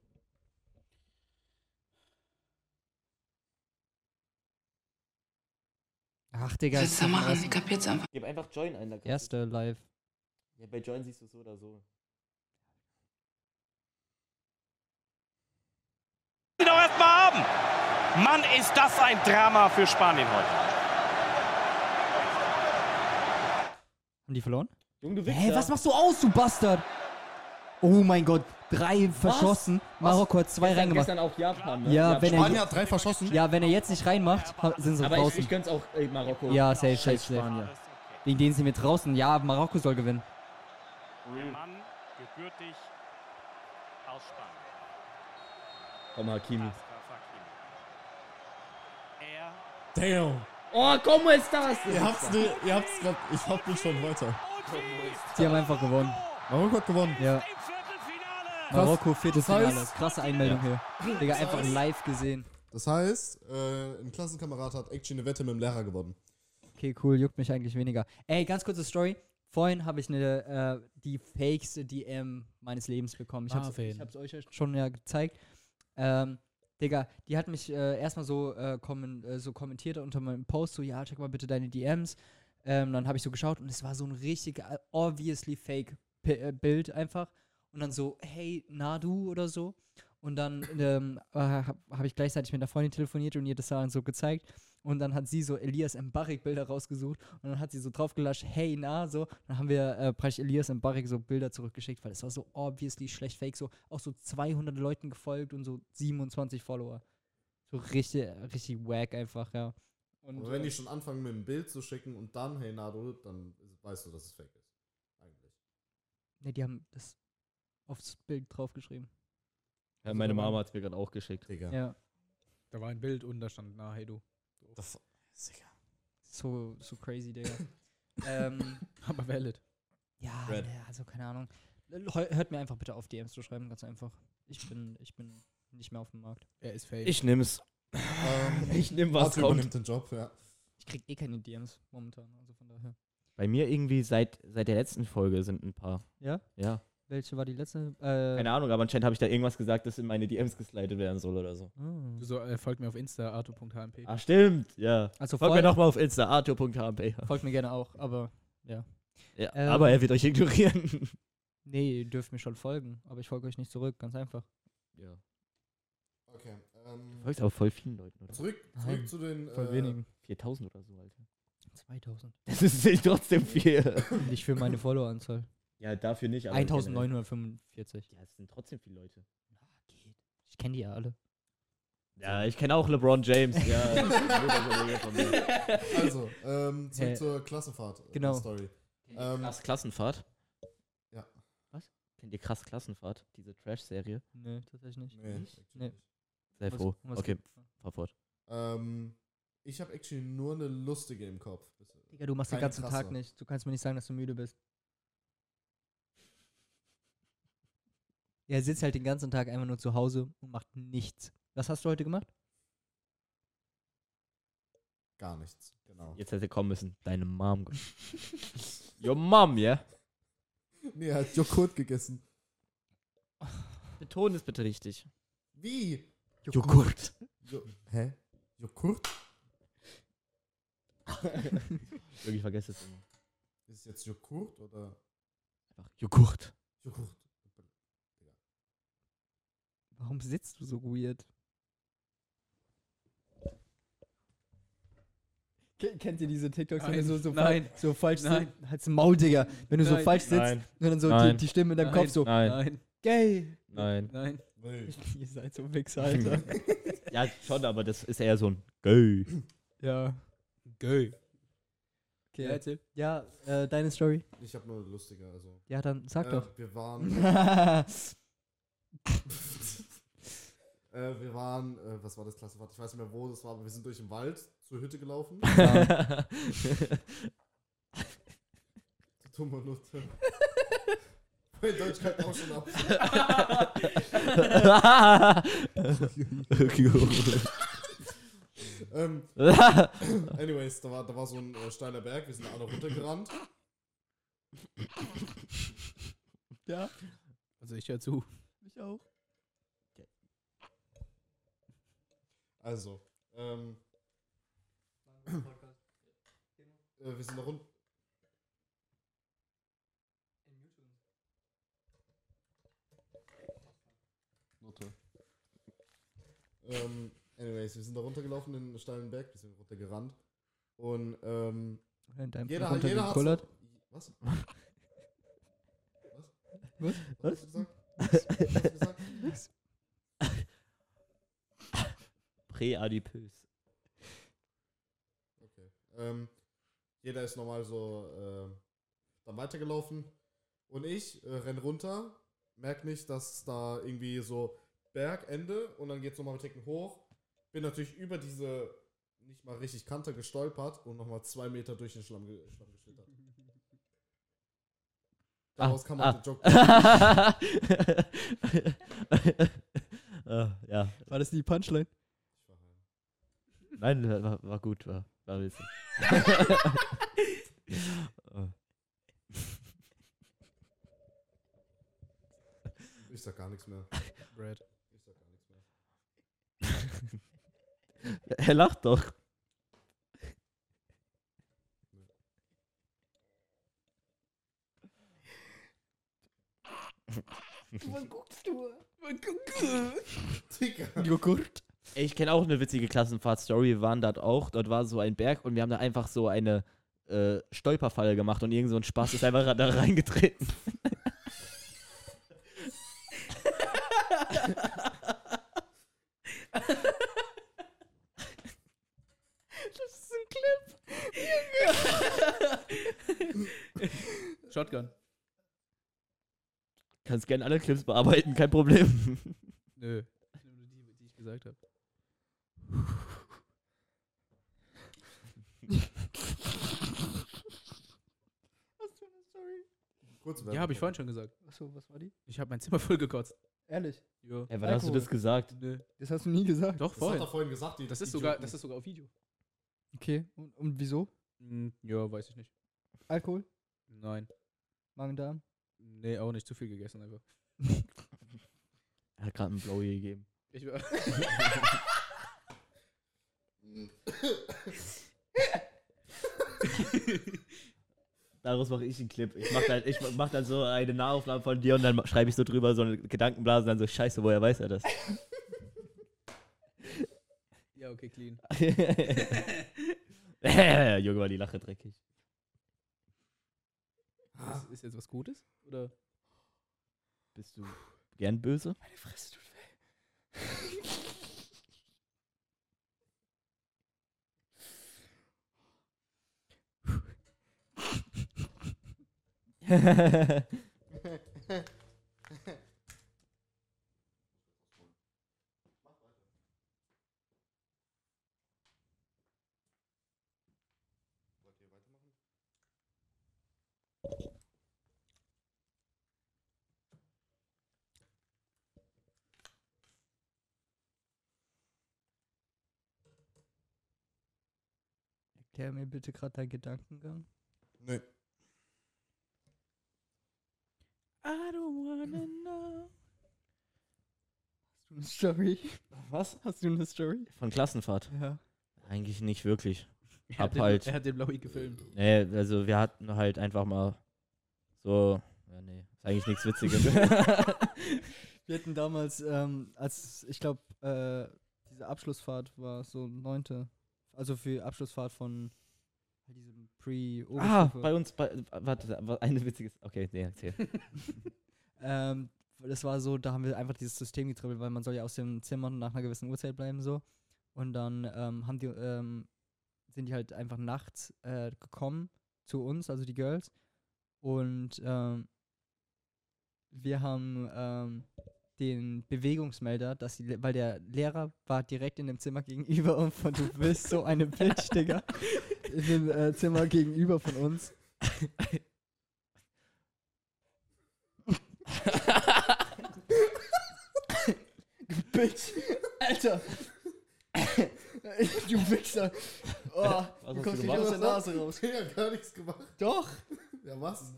Ach, Digga. Willst du machen? Ich kapier's einfach. Gib einfach Join ein. da kannst Erste live. du- Ja, bei Join siehst du so oder so. Die doch erstmal haben. Mann, ist das ein Drama für Spanien heute. Haben die verloren? Junge, du Hä, was machst du aus, du Bastard? Oh mein Gott, 3 verschossen. Marokko hat 2 reingemacht. Gestern auch Japan, ne? Ja, wenn er- Spanien hat 3 verschossen. Ja, wenn er jetzt nicht reinmacht, sind sie Aber draußen. ich gönn's auch Marokko. Ja, safe, safe, Scheiß safe. Spanier. Wegen denen sind wir draußen. Ja, Marokko soll gewinnen. Der Mann gebürtig aus Spanien. Komm, Hakimi. Achraf Hakimi. Er Damn. Oh, ¿cómo estás? Ihr habt's grad, ich hab mich schon weiter. Die haben einfach gewonnen. Marokko hat gewonnen. Ja, im Viertelfinale. Marokko, Viertelfinale. heißt- Krasse Einmeldung hier. Digga, einfach heißt- live gesehen. Das heißt, ein Klassenkamerad hat actually eine Wette mit dem Lehrer gewonnen. Okay, cool, juckt mich eigentlich weniger. Ey, ganz kurze Story. Vorhin habe ich die fakeste DM meines Lebens bekommen. Ich hab's euch ja schon ja gezeigt. Digga, die hat mich erstmal so kommentiert unter meinem Post, so, ja, check mal bitte deine DMs. Dann habe ich so geschaut und es war so ein richtig obviously fake Bild einfach. Und dann so, hey, Nadu oder so. Und dann habe ich gleichzeitig mit einer Freundin telefoniert und ihr das dann so gezeigt. Und dann hat sie so Elias Mbarek Bilder rausgesucht und dann hat sie so draufgelascht, hey, na, so. Dann haben wir praktisch Elias Mbarek so Bilder zurückgeschickt, weil es war so obviously schlecht fake, so auch so 200 Leuten gefolgt und so 27 Follower. So richtig wack einfach, ja. Und Aber wenn die schon anfangen mit einem Bild zu schicken und dann, hey Nado, dann weißt du, dass es fake ist. Eigentlich. ne, die haben das aufs Bild draufgeschrieben. Ja, meine Mama hat es mir gerade auch geschickt. Digga. Ja. Da war ein Bild und da stand, na, hey du. So crazy, Digga. Aber valid. Ja, Red. ne, also keine Ahnung. Hört mir einfach bitte auf, DMs zu schreiben, ganz einfach. Ich bin nicht mehr auf dem Markt. Er ist fake. Ich nimm's. Ich nehm, was Arthur kommt. übernimmt den Job, ja. Ich krieg eh keine DMs momentan, also von daher. Bei mir irgendwie seit der letzten Folge sind ein paar. Ja? Ja. Welche war die letzte? Keine Ahnung, aber anscheinend habe ich da irgendwas gesagt, dass in meine DMs geslidet werden soll oder so. Du folgt mir auf Insta, arthur.hmp. Ah, stimmt. Ja. Also Folgt mir nochmal auf Insta, arthur.hmp. Folgt mir gerne auch, aber ja. Ja, Ähm, aber er wird euch ignorieren. Nee, ihr dürft mir schon folgen, aber ich folge euch nicht zurück, ganz einfach. Ja. Okay. Du folgst aber voll vielen Leuten, oder? Zurück Nein, zu den. Voll wenigen. 4000 oder so, Alter. 2000. Das ist trotzdem viel. Nicht für meine Followeranzahl. Ja, dafür nicht. Aber 1945. Ja, es sind trotzdem viele Leute. Geht. Ich kenne die ja alle. Ja, ich kenne auch LeBron James. Ja, Also, zurück zur Klassenfahrt. Genau. Story. Krass Klassenfahrt? Ja. Was? Kennt ihr Krass Klassenfahrt? Diese Trash-Serie? Nee, tatsächlich nicht. Nee. Nee. Sehr froh. Okay, fahr fort. Ich habe actually nur eine lustige im Kopf. Digga, du machst den Keine ganzen krasse. Tag nicht. Du kannst mir nicht sagen, dass du müde bist. Ja, er sitzt halt den ganzen Tag einfach nur zu Hause und macht nichts. Was hast du heute gemacht? Gar nichts, genau. Jetzt hätte kommen müssen. Deine Mom. Your Mom, ja? Nee, er hat Joghurt gegessen. Beton es bitte richtig. Wie? Joghurt. Hä? Joghurt? Wirklich vergesse es immer. Ist es jetzt Joghurt oder Einfach Joghurt. Joghurt? Warum sitzt du so weird? Kennt ihr diese TikToks, wenn Nein, du so nein, so falsch nein. sitzt? Halt's Maul, Digga. Wenn du so Nein, falsch sitzt nein, und dann so nein, die Stimme in deinem nein, Kopf so, Nein, Nein, gay. nein. nein. Nee. Ihr seid so Wichser, Alter. Ja, schon, aber das ist eher so ein Gay. Ja. Gay. Okay. Ja, erzähl. Ja, deine Story. Ich habe nur eine lustige, also. Ja, dann sag doch. Wir waren, was war das Klassenfahrt? Ich weiß nicht mehr, wo das war, aber wir sind durch den Wald zur Hütte gelaufen. Dumme Nutte. Mein Deutsch kann auch schon ab. Anyways, da war so ein steiler Berg, wir sind alle runtergerannt. Ja. Also ich höre zu. Ich auch. Also, wir sind da runter. Note. Anyways, wir sind da runtergelaufen in den steilen Berg, wir sind runtergerannt. Und In deinem jeder Fall hat runtergekullert. Was? Was? Was hast du gesagt? Was hast du gesagt? Präadipös. Okay. Jeder ist normal so dann weitergelaufen. Und ich renn runter, merk nicht, dass da irgendwie so Bergende und dann geht's nochmal mit Ticken hoch. Bin natürlich über diese nicht mal richtig Kante gestolpert und nochmal 2 Meter durch den Schlamm geschlittert. Daraus kann man den Joke. Ja. War das die Punchline? Nein, war gut, war witzig. Ich sag gar nichts mehr. Brad. Ich sag gar nichts mehr. Er lacht doch. Was guckst du? Digga. Joghurt. Ey, ich kenne auch eine witzige Klassenfahrt-Story. Wir waren dort auch. Dort war so ein Berg und wir haben da einfach so eine Stolperfalle gemacht und irgend so ein Spaß ist einfach da reingetreten. Shotgun. Kannst gerne alle Clips bearbeiten, kein Problem. Nö. Ich nehme nur die ich gesagt habe. Hast du eine Story? Kurz Ja, habe ich vorhin schon gesagt. Achso, was war die? Ich habe mein Zimmer voll gekotzt. Ehrlich? Jo. Ey, wann hast du das gesagt? Nö. Das hast du nie gesagt. Doch, Das hat er vorhin. vorhin gesagt. Das ist sogar auf Video. Okay, und wieso? Ja, weiß ich nicht. Alkohol? Nein. Magen-Darm? Nee, auch nicht. Zu viel gegessen einfach. Er hat gerade einen Blowy gegeben. Ich war Daraus mache ich einen Clip. Ich mach dann so eine Nahaufnahme von dir und dann schreibe ich so drüber so eine Gedankenblase und dann so, scheiße, woher weiß er das? Ja, okay, clean. Junge, war die Lache dreckig. Ist jetzt was Gutes? Oder? Bist du gern böse? Meine Fresse tut weh. Erklär mir bitte gerade deinen Gedankengang. Nee. I don't wanna know. Hast du eine Story? Was? Hast du eine Story? Von Klassenfahrt? Ja. Eigentlich nicht wirklich. Er hat den Blaui gefilmt. Nee, also wir hatten halt einfach mal so, ja nee, ist eigentlich nichts Witziges. Wir hatten damals, als ich glaube, diese Abschlussfahrt war so 9. Also für Abschlussfahrt von diesem Pre-Oberstufe. Bei uns, warte, eine witziges, okay, nee, erzähl. Das war so, da haben wir einfach dieses System getribbelt, weil man soll ja aus dem Zimmer nach einer gewissen Uhrzeit bleiben so. Und dann sind die halt einfach nachts gekommen zu uns, also die Girls. Und wir haben den Bewegungsmelder, weil der Lehrer war direkt in dem Zimmer gegenüber und du bist so eine Bitch, Digga. In dem Zimmer gegenüber von uns. Du Bitch. Alter. Du Wichser. Oh, du kommst nicht aus der Nase raus. Ich hab gar nichts gemacht. Doch. Ja, was?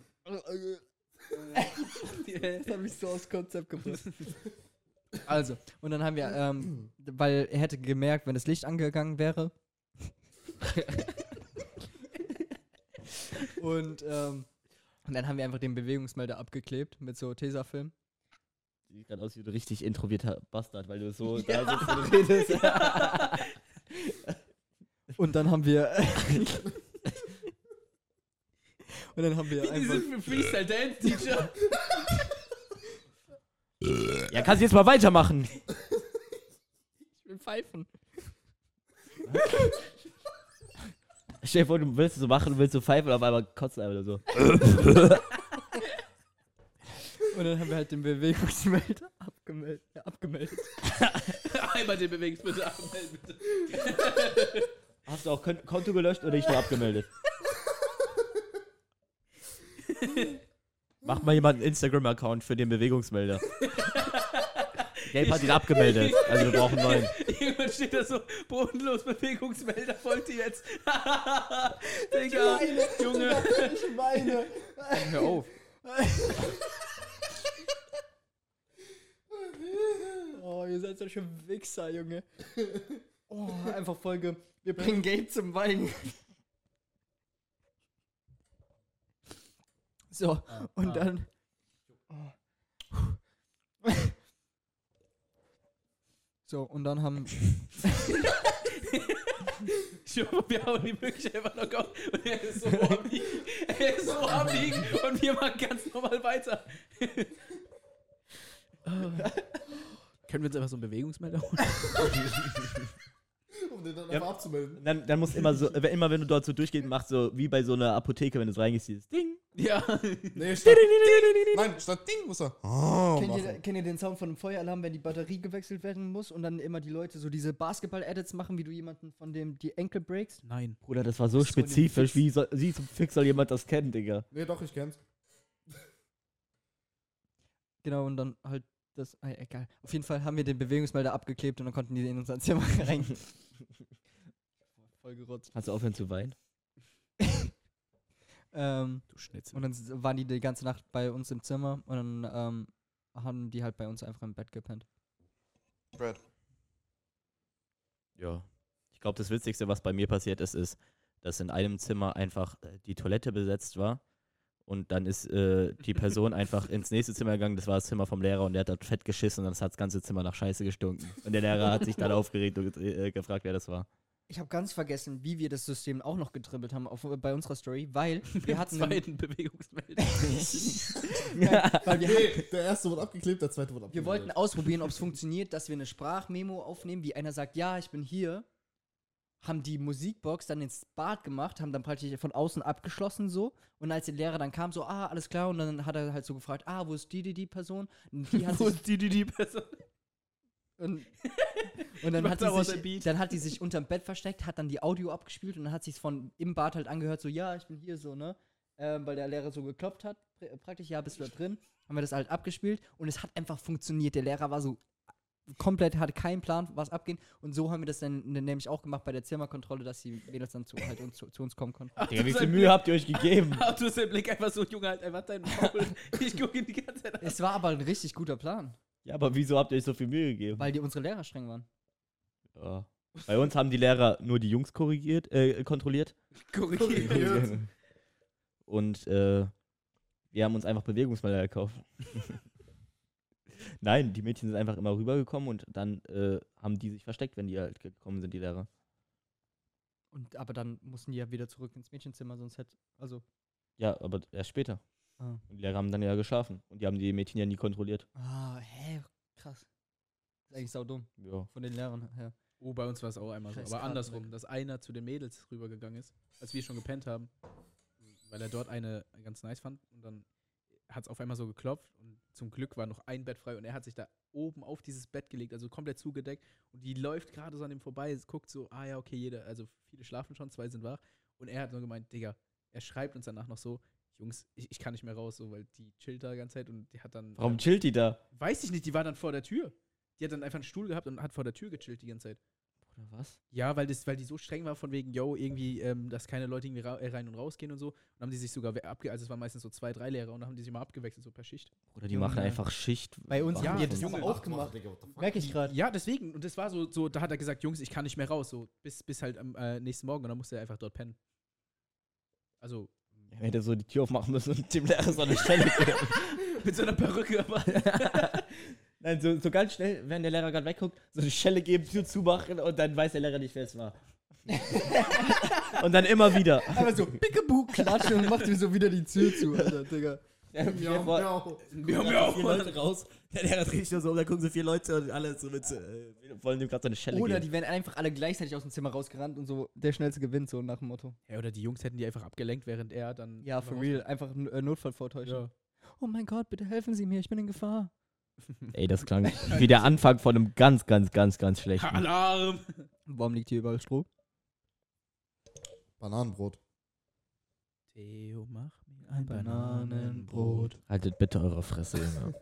Das hat mich so aus Konzept gebracht. Also, und dann haben wir, weil er hätte gemerkt, wenn das Licht angegangen wäre. Und dann haben wir einfach den Bewegungsmelder abgeklebt mit so Tesafilm. Sieht gerade aus wie ein richtig introvierter Bastard, weil du so da sitzt und redest. Und dann haben wir einfach Freestyle-Dance-Teacher. Ja, kannst du jetzt mal weitermachen? Ich will pfeifen. Stell dir vor, du willst es so machen, willst so pfeifen und auf einmal kotzt du einfach so. Und dann haben wir halt den Bewegungsmelder abgemeldet. Einmal den Bewegungsmelder abmelden, bitte. Hast du auch Konto gelöscht oder dich nur abgemeldet? Macht mal jemand einen Instagram-Account für den Bewegungsmelder. Gelb hat ihn abgemeldet, also wir brauchen einen neuen. Irgendwann steht da so, bodenlos Bewegungsmelder folgt ihr jetzt. Digga, Junge. Ich meine. Hör auf. Oh, ihr seid solche Wichser, Junge. Oh, einfach Folge. Wir bringen Gabe zum Weinen. So, und dann. So, und dann haben. Wir hauen die wirklich einfach noch auf und er ist so am Liegen. Er ist so am Liegen und wir machen ganz normal weiter. Können wir uns einfach so einen Bewegungsmelder holen? Um den dann einfach abzumelden. Dann muss immer so, immer wenn du dort so durchgehst, machst so wie bei so einer Apotheke, wenn du so reingehst, dieses Ding, Ja. Nee, statt Nein, statt Ding muss er Kennt ihr den Sound von einem Feueralarm, wenn die Batterie gewechselt werden muss und dann immer die Leute so diese Basketball-Edits machen, wie du jemanden von dem die Enkel breakst? Nein. Bruder, das war so Das ist so spezifisch. Wie zum Fix soll jemand das kennen, Digga? Nee, doch, ich kenn's. Genau, und dann halt das. Egal. Auf jeden Fall haben wir den Bewegungsmelder abgeklebt und dann konnten die in unser Zimmer rein. Voll gerotzt. Kannst du aufhören zu weinen? Du Schnitzel. Und dann waren die ganze Nacht bei uns im Zimmer und dann haben die halt bei uns einfach im Bett gepennt. Brad. Ja. Ich glaube, das Witzigste, was bei mir passiert ist, ist, dass in einem Zimmer einfach die Toilette besetzt war. Und dann ist die Person einfach ins nächste Zimmer gegangen, das war das Zimmer vom Lehrer und der hat dort fett geschissen und das hat das ganze Zimmer nach Scheiße gestunken. Und der Lehrer hat sich dann aufgeregt und gefragt, wer das war. Ich habe ganz vergessen, wie wir das System auch noch getribbelt haben bei unserer Story, weil wir hatten einen, zweiten Bewegungsmelder. weil wir Nee, der erste wurde abgeklebt, der zweite wurde abgeklebt. Wir wollten ausprobieren, ob es funktioniert, dass wir eine Sprachmemo aufnehmen, wie einer sagt, ja, ich bin hier, haben die Musikbox dann ins Bad gemacht, haben dann praktisch von außen abgeschlossen so und als der Lehrer dann kam, so, alles klar und dann hat er halt so gefragt, wo ist die Person? Und die hat Wo sich, ist die Person? und dann, dann hat die sich unterm Bett versteckt, hat dann die Audio abgespielt und dann hat sich von im Bad halt angehört, so, ja, ich bin hier so, ne? Weil der Lehrer so geklopft hat, praktisch, ja, bist du da drin? Haben wir das halt abgespielt und es hat einfach funktioniert. Der Lehrer war so komplett, hatte keinen Plan, was abging und so haben wir das dann nämlich auch gemacht bei der Zimmerkontrolle, dass die Mädels dann zu uns kommen konnten. Digga, wie viel Mühe habt ihr euch gegeben? Du hast den Blick einfach so, Junge, halt einfach deinen Maul. Ich gucke ihn die ganze Zeit an. Es war aber ein richtig guter Plan, Ja, aber wieso habt ihr euch so viel Mühe gegeben? weil unsere Lehrer streng waren. Ja. Bei uns haben die Lehrer nur die Jungs kontrolliert. Korrigiert. Und wir haben uns einfach Bewegungsmelder gekauft. Nein, die Mädchen sind einfach immer rübergekommen und dann haben die sich versteckt, wenn die halt gekommen sind, die Lehrer. Aber dann mussten die ja wieder zurück ins Mädchenzimmer, sonst hätte, also. Ja, aber erst später. Ah. Und die Lehrer haben dann ja geschlafen. Und die haben die Mädchen ja nie kontrolliert. Krass. Ist eigentlich saudumm, Ja. von den Lehrern her. Oh, bei uns war es auch einmal so. Scheiß Aber Karten andersrum, weg. dass einer zu den Mädels rübergegangen ist, als wir schon gepennt haben, weil er dort eine ganz nice fand. Und dann hat es auf einmal so geklopft und zum Glück war noch ein Bett frei und er hat sich da oben auf dieses Bett gelegt, also komplett zugedeckt und die läuft gerade so an ihm vorbei, guckt so, ja, okay, also viele schlafen schon, 2 sind wach und er hat nur gemeint, Digga, er schreibt uns danach noch so, Jungs, ich kann nicht mehr raus, so, weil die chillt da die ganze Zeit und die hat dann... Warum chillt die da? Weiß ich nicht, die war dann vor der Tür. Die hat dann einfach einen Stuhl gehabt und hat vor der Tür gechillt die ganze Zeit. Oder was? Ja, weil die so streng war von wegen, irgendwie, dass keine Leute irgendwie rein und rausgehen und so. Und haben die sich sogar also es waren meistens so 2, 3 Lehrer und dann haben die sich mal abgewechselt, so per Schicht. Oder die Junge. machen einfach Schicht. Bei uns Ja, haben wir das Junge, aber auch gemacht. Digga, what the fuck? Merke ich gerade. Ja, deswegen. Und das war so, da hat er gesagt, Jungs, ich kann nicht mehr raus, so bis halt am nächsten Morgen. Und dann musste er einfach dort pennen. Also, Er hätte so die Tür aufmachen müssen und dem Lehrer so eine Stelle geben. mit so einer Perücke, aber. Nein, so ganz schnell, wenn der Lehrer gerade wegguckt, so eine Schelle geben, Tür zumachen und dann weiß der Lehrer nicht, wer es war. Und dann immer wieder. Aber so, Pickaboo, klatschen und macht ihm so wieder die Tür zu, Alter, Digga. Miau, miau. Miau, 4 Leute raus, der Lehrer dreht sich nur so um, da gucken so 4 Leute und alle so mit, wollen dem gerade so eine Schelle Oder geben. die werden einfach alle gleichzeitig aus dem Zimmer rausgerannt und so, der Schnellste gewinnt, so nach dem Motto. Ja, oder die Jungs hätten die einfach abgelenkt, während er dann. Ja, for real, einfach Notfall vortäuschen. Ja. Oh mein Gott, bitte helfen Sie mir, ich bin in Gefahr. Ey, das klang wie der Anfang von einem ganz, ganz, ganz, ganz schlechten. Alarm! Warum liegt hier überall Stroh? Bananenbrot. Theo, mach mir Ein Bananenbrot. Haltet bitte eure Fresse, Junge.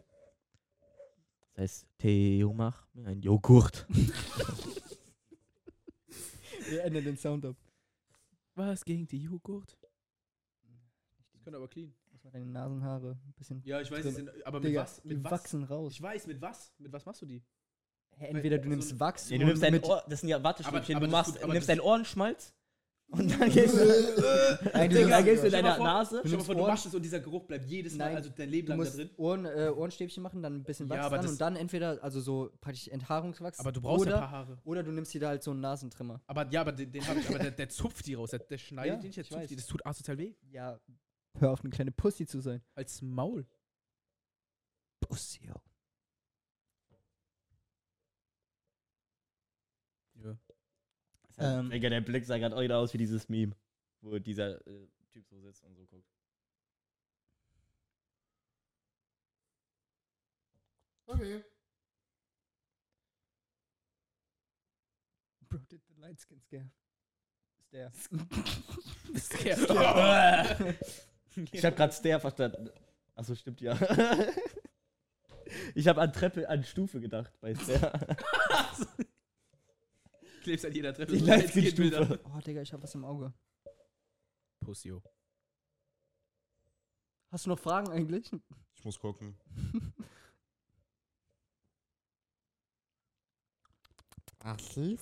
Das heißt, Theo, mach mir ein Joghurt. Wir ändern den Sound ab. Was gegen die Joghurt? Das könnte aber clean. Muss mal deine Nasenhaare ein bisschen. Ja, ich weiß, drin. die sind, aber mit Digga, was? die Mit was? wachsen raus. Ich weiß, mit was? Mit was machst du die? Entweder du so nimmst ein- Wachs Nee, du nimmst dein mit Ohr, das sind ja Wattestäbchen, Aber du das tut- aber nimmst das- deinen Ohrenschmalz und dann gehst du, Nein, Digga, gehst du in Stell deine mal vor- Nase. Stell dir mal vor, du Ohren- machst es und dieser Geruch bleibt jedes Mal, Nein, also dein Leben Du lang da musst drin. Ohrenstäbchen machen, dann ein bisschen Ja, Wachs aber dran das- und dann entweder, also so praktisch Enthaarungswachs. Aber du brauchst oder, ja ein paar Haare. Oder du nimmst dir da halt so einen Nasentrimmer. Aber ja, aber den habe ich, aber der zupft die raus. Der schneidet Ja, die nicht, der ich zupft weiß. die. Das tut asozial weh. Ja, hör auf, eine kleine Pussy zu sein. Als Maul. Pussy, yo. Ja. Digga, der Blick sah gerade wieder aus wie dieses Meme, wo dieser Typ so sitzt und so guckt. Okay. Bro, did the light skin scare? Ich habe gerade Stair verstanden. Achso, stimmt ja. Ich habe an Stufe gedacht bei Stair. Klebst an jeder Treppe. Die so Lightskin-Stufe. Oh, Digga, ich hab was im Auge. Pussio. Hast du noch Fragen eigentlich? Ich muss gucken. Archiv.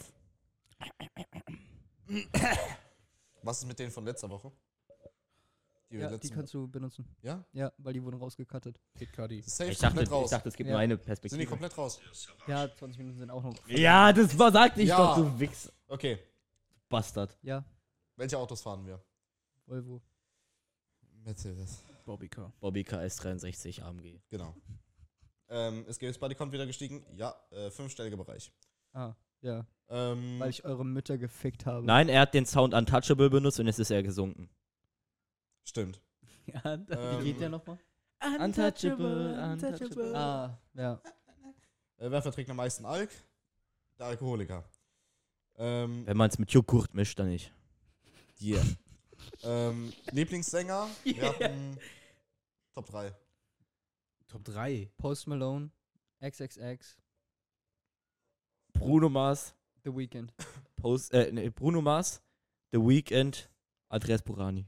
Was ist mit denen von letzter Woche? Die Ja, die kannst du benutzen. Ja? Ja, weil die wurden gecuttet. Kid Cudi. Safe Ich komplett raus. dachte, es gibt Ja. nur eine Sind die Perspektive. komplett raus? Ja, 20 Minuten sind auch noch. Ja, das sagte ich Ja. doch, du Wichs. Okay. Bastard. Ja, Welche Autos fahren wir? Volvo. Mercedes. Bobby Car. Bobby KS63 AMG. Genau. Ist Games Bodycount wieder gestiegen? Ja, 5-stelliger Bereich. Ah, ja. Weil ich eure Mütter gefickt habe. Nein, er hat den Sound Untouchable benutzt und jetzt ist er gesunken. Stimmt. Ja, Wie geht der nochmal? Untouchable. Ah, ja. Wer verträgt am meisten Alk? Der Alkoholiker. Wenn man es mit Joghurt mischt, dann nicht. Yeah. Lieblingssänger? Wir hatten Top 3. Top 3. Post Malone, XXX, Bruno Mars, The Weeknd. Bruno Mars, The Weeknd, Andreas Burani.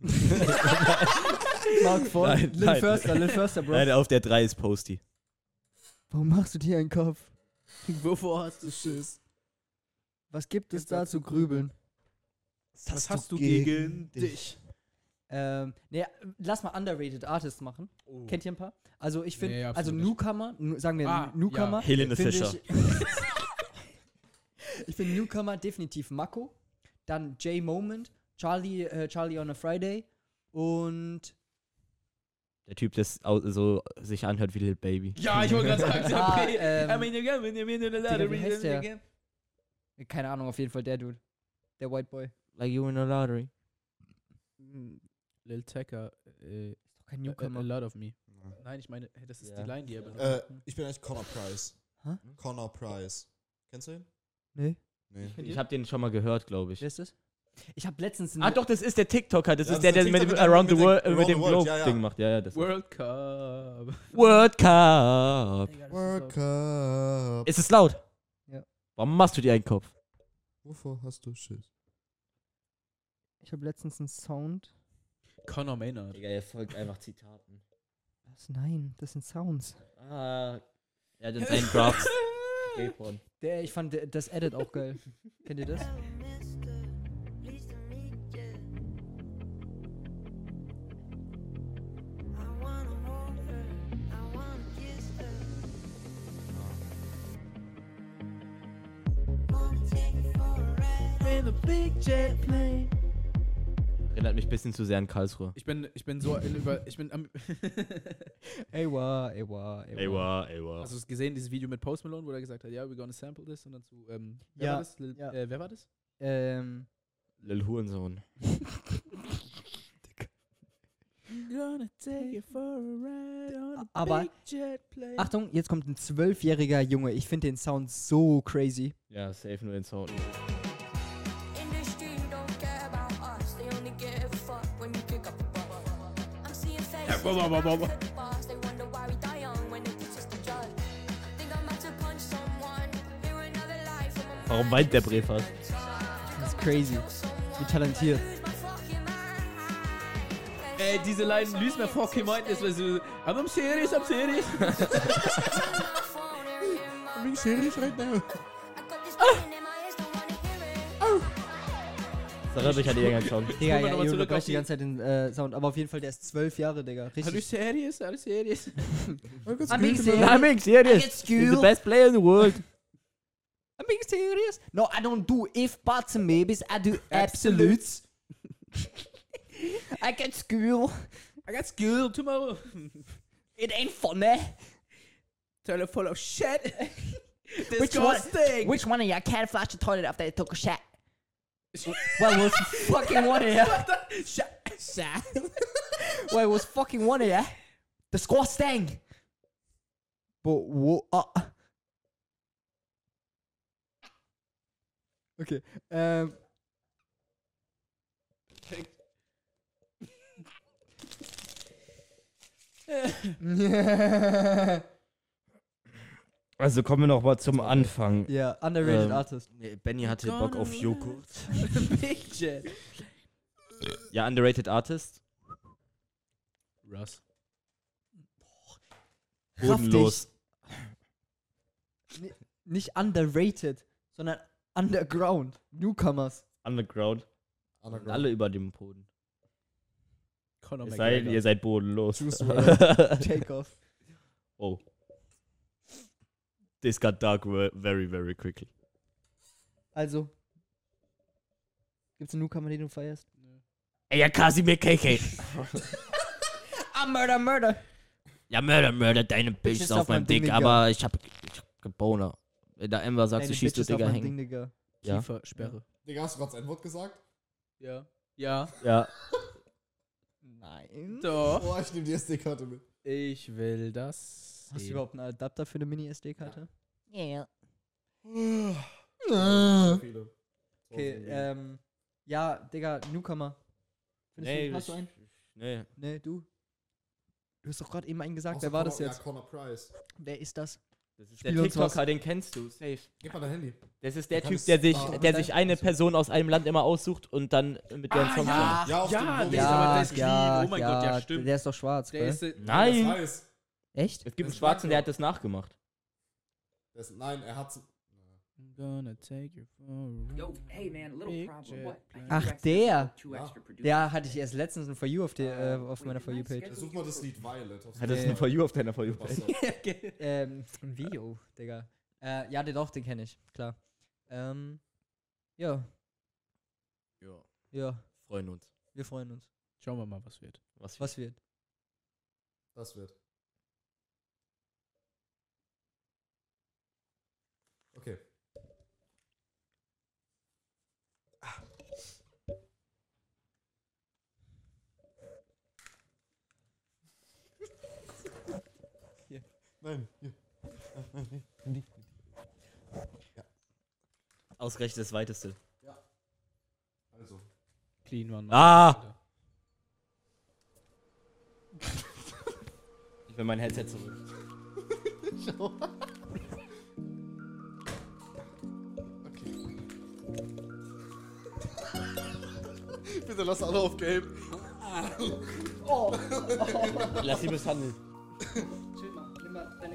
Mark Voll. Nein, Lil nein. Förster, Bro. Nein, auf der 3 ist Posty. Warum machst du dir einen Kopf? Wovor hast du Schiss? Was gibt es da zu grübeln? Was hast du gegen dich? Nee, lass mal underrated Artists machen. Oh. Kennt ihr ein paar? Also ich finde, Nee, also absolut nicht. Newcomer, sagen wir Ah, Newcomer. ja. Helene find Fischer. Ich finde Newcomer definitiv Mako, dann J Moment, Charlie on a Friday und Der Typ, der so sich anhört wie Lil Baby. Ja, ich wollte gerade sagen, Digga, wie heißt der? Keine Ahnung, auf jeden Fall der Dude. Der White Boy. Like you in a lottery. Lil Tecca. Ist doch kein A Newcomer. lot of me. Nein, ich meine, das ist Ja. die Line, die er benutzt. Ich bin eigentlich Connor Price. Hä? Connor Price. Kennst du ihn? Nee. Nee. Ich habe den schon mal gehört, glaube ich. Wer ist das? Ich habe letztens Ah, doch, das ist der TikToker. Das Ja, ist das der ist der mit dem TikToker Around the mit dem- World, Around mit the dem World, ja, ja. Globe-Ding macht. Ja, ja, das World Cup. World Cup. Digga, das World ist laut. Cup. Ist es laut? Ja. Warum machst du dir einen Kopf? Wovor hast du Schiss? Ich habe letztens einen Sound. Conor Maynard. Digga, er folgt einfach Zitaten. Was? Nein, das sind Sounds. Ah, er hat in seinen Drafts Gay-Porn. Ich fand das Edit auch geil. Kennt ihr das? Erinnert mich ein bisschen zu sehr an Karlsruhe. Ich bin so ich bin am Ewa. Hast du es gesehen, dieses Video mit Post Malone, wo er gesagt hat, ja, we're gonna sample this und dann zu, wer Ja, war das? ja. Wer war das? Lil Hurensohn. Gonna take you for a ride on a Aber- big jet plane. Achtung, jetzt kommt ein 12-jähriger Junge. Ich finde den Sound so crazy. Ja, safe nur den Sound. Industry don't care about us. They only give a fuck when you pick up the ball. I'm seeing faces Wow, wow, wow, wow, wow. at the bars. They wonder why we die young when it's just a judge. Think I'm about to punch someone. Hear another life from a Warum weint der Brefast? Das ist crazy. Wie talentiert. lose my fucking mind. Diese Line, lose my fucking mind, ist weil so, I'm serious. On my phone, hearing my I'm being serious right now. I got this pain in my ears, don't wanna hear it. Das erinnert mich an irgendeinen Song. Digga, wir ja, nochmal ihr zurück unterbrecht auf die ganze Zeit den Sound. Aber auf jeden Fall, der ist 12 Jahre, Digga. Are you Richtig. serious? Are you serious? I'm being serious. I'm being serious. It's He's the cool. best player in the world. I'm being serious. No, I don't do if, buts and maybes. I do absolutes. I get school. I got school tomorrow. It ain't funny. Toilet full of shit. Which one, Disgusting. which one of you can't flush the toilet after they took a shit? Well, it was fucking one of you. Well, it was fucking one of you. Disgusting. Okay. Also kommen wir noch mal zum Anfang. Ja, underrated Artist. Benny hatte Bock auf Joghurt. Big Jet. Ja, underrated Artist. Russ. Bodenlos. Nicht underrated, sondern underground. Newcomers. Underground. Underground. Alle über dem Boden. Conor Es sei denn, McGregor. ihr seid bodenlos. Takeoff. Oh. This got dark very, very quickly. Also. Gibt's einen Newcomer, den du feierst? Ey, ja, Kasimir KK. Murder. Ja, Murder, deine Bitch ist auf meinem Dick, Digga. aber ich hab Boner. Wenn da Ember sagst, du schießt du Digga hängen. Digga. Ja. Kiefersperre. Digga, hast du gerade das N-Wort gesagt? Ja. Ja. Ja. Nein. Doch. Oh, ich nehme die SD-Karte mit. Ich will das. Hast du sehen. überhaupt einen Adapter für eine Mini-SD-Karte? Yeah. Viele. Okay, ja, Digga, Newcomer. Findest du, hast du einen? Nee. Nee, du? Du hast doch gerade eben einen gesagt. Außer Wer war das Conor- jetzt? Ja, Conor Price. Wer ist das? Das ist Spiel der uns was. TikToker, den kennst du, safe. Gib mal dein Handy. Das ist der Kann Typ, es- der sich, Ah, der sich eine Person aus einem Land immer aussucht und dann mit deren Songs ja. Ja, auf Ja, dem der Logo. ist aber der ist clean. Oh mein Gott, ja, stimmt. Der ist doch schwarz, Der gell? ist. singt. Das Nein! heißt, Echt? Es gibt einen Das Schwarzen, der Black hat das nachgemacht. nein, er hat's. I'm gonna take you for a Yo, ride. hey man, little Big problem. jet What? black. Ach, der. Two Ja. extra producers. Der hatte ich erst letztens ein For You auf meiner For You Page. Such mal das Lied Violet. auf Hat das Nee. ein For You auf deiner For You Bastard. Page? Ein Video, Digga. Ja, den doch, den kenne ich, klar. Ja. Ja, Ja, freuen uns. wir freuen uns. Schauen wir mal, was wird. Was wird? Das wird. Okay. Hier. Nein, hier. Ausgerechnet das Weiteste. Also. Clean One. Ah! Ich will mein Headset zurück. Bitte lass alle auf Game. Lass sie misshandeln. Chill mal, nimm mal deine.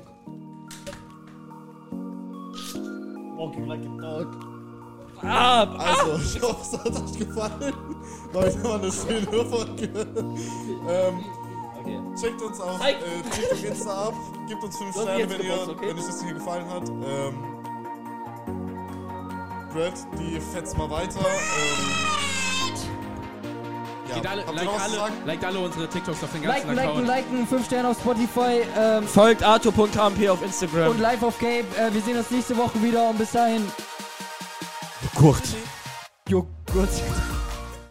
Walking like a dog. Also, ich hoffe, es hat euch gefallen. Leute, war eine schöne Folge. Okay. Checkt uns auf Zeig. TikTok, Insta ab. Gebt uns 5 Du hast Sterne, jetzt wenn, geboxt, okay? wenn euch das hier gefallen hat. Brad, die fetzt mal weiter. Ja, Geht alle, habt ihr like, noch was zu sagen? liked alle unsere TikToks auf den ganzen Liken, Account. 5 Sterne auf Spotify Folgt arthur.kmp auf Instagram. und live auf Gabe. Wir sehen uns nächste Woche wieder und bis dahin. Kurt. Joghurt.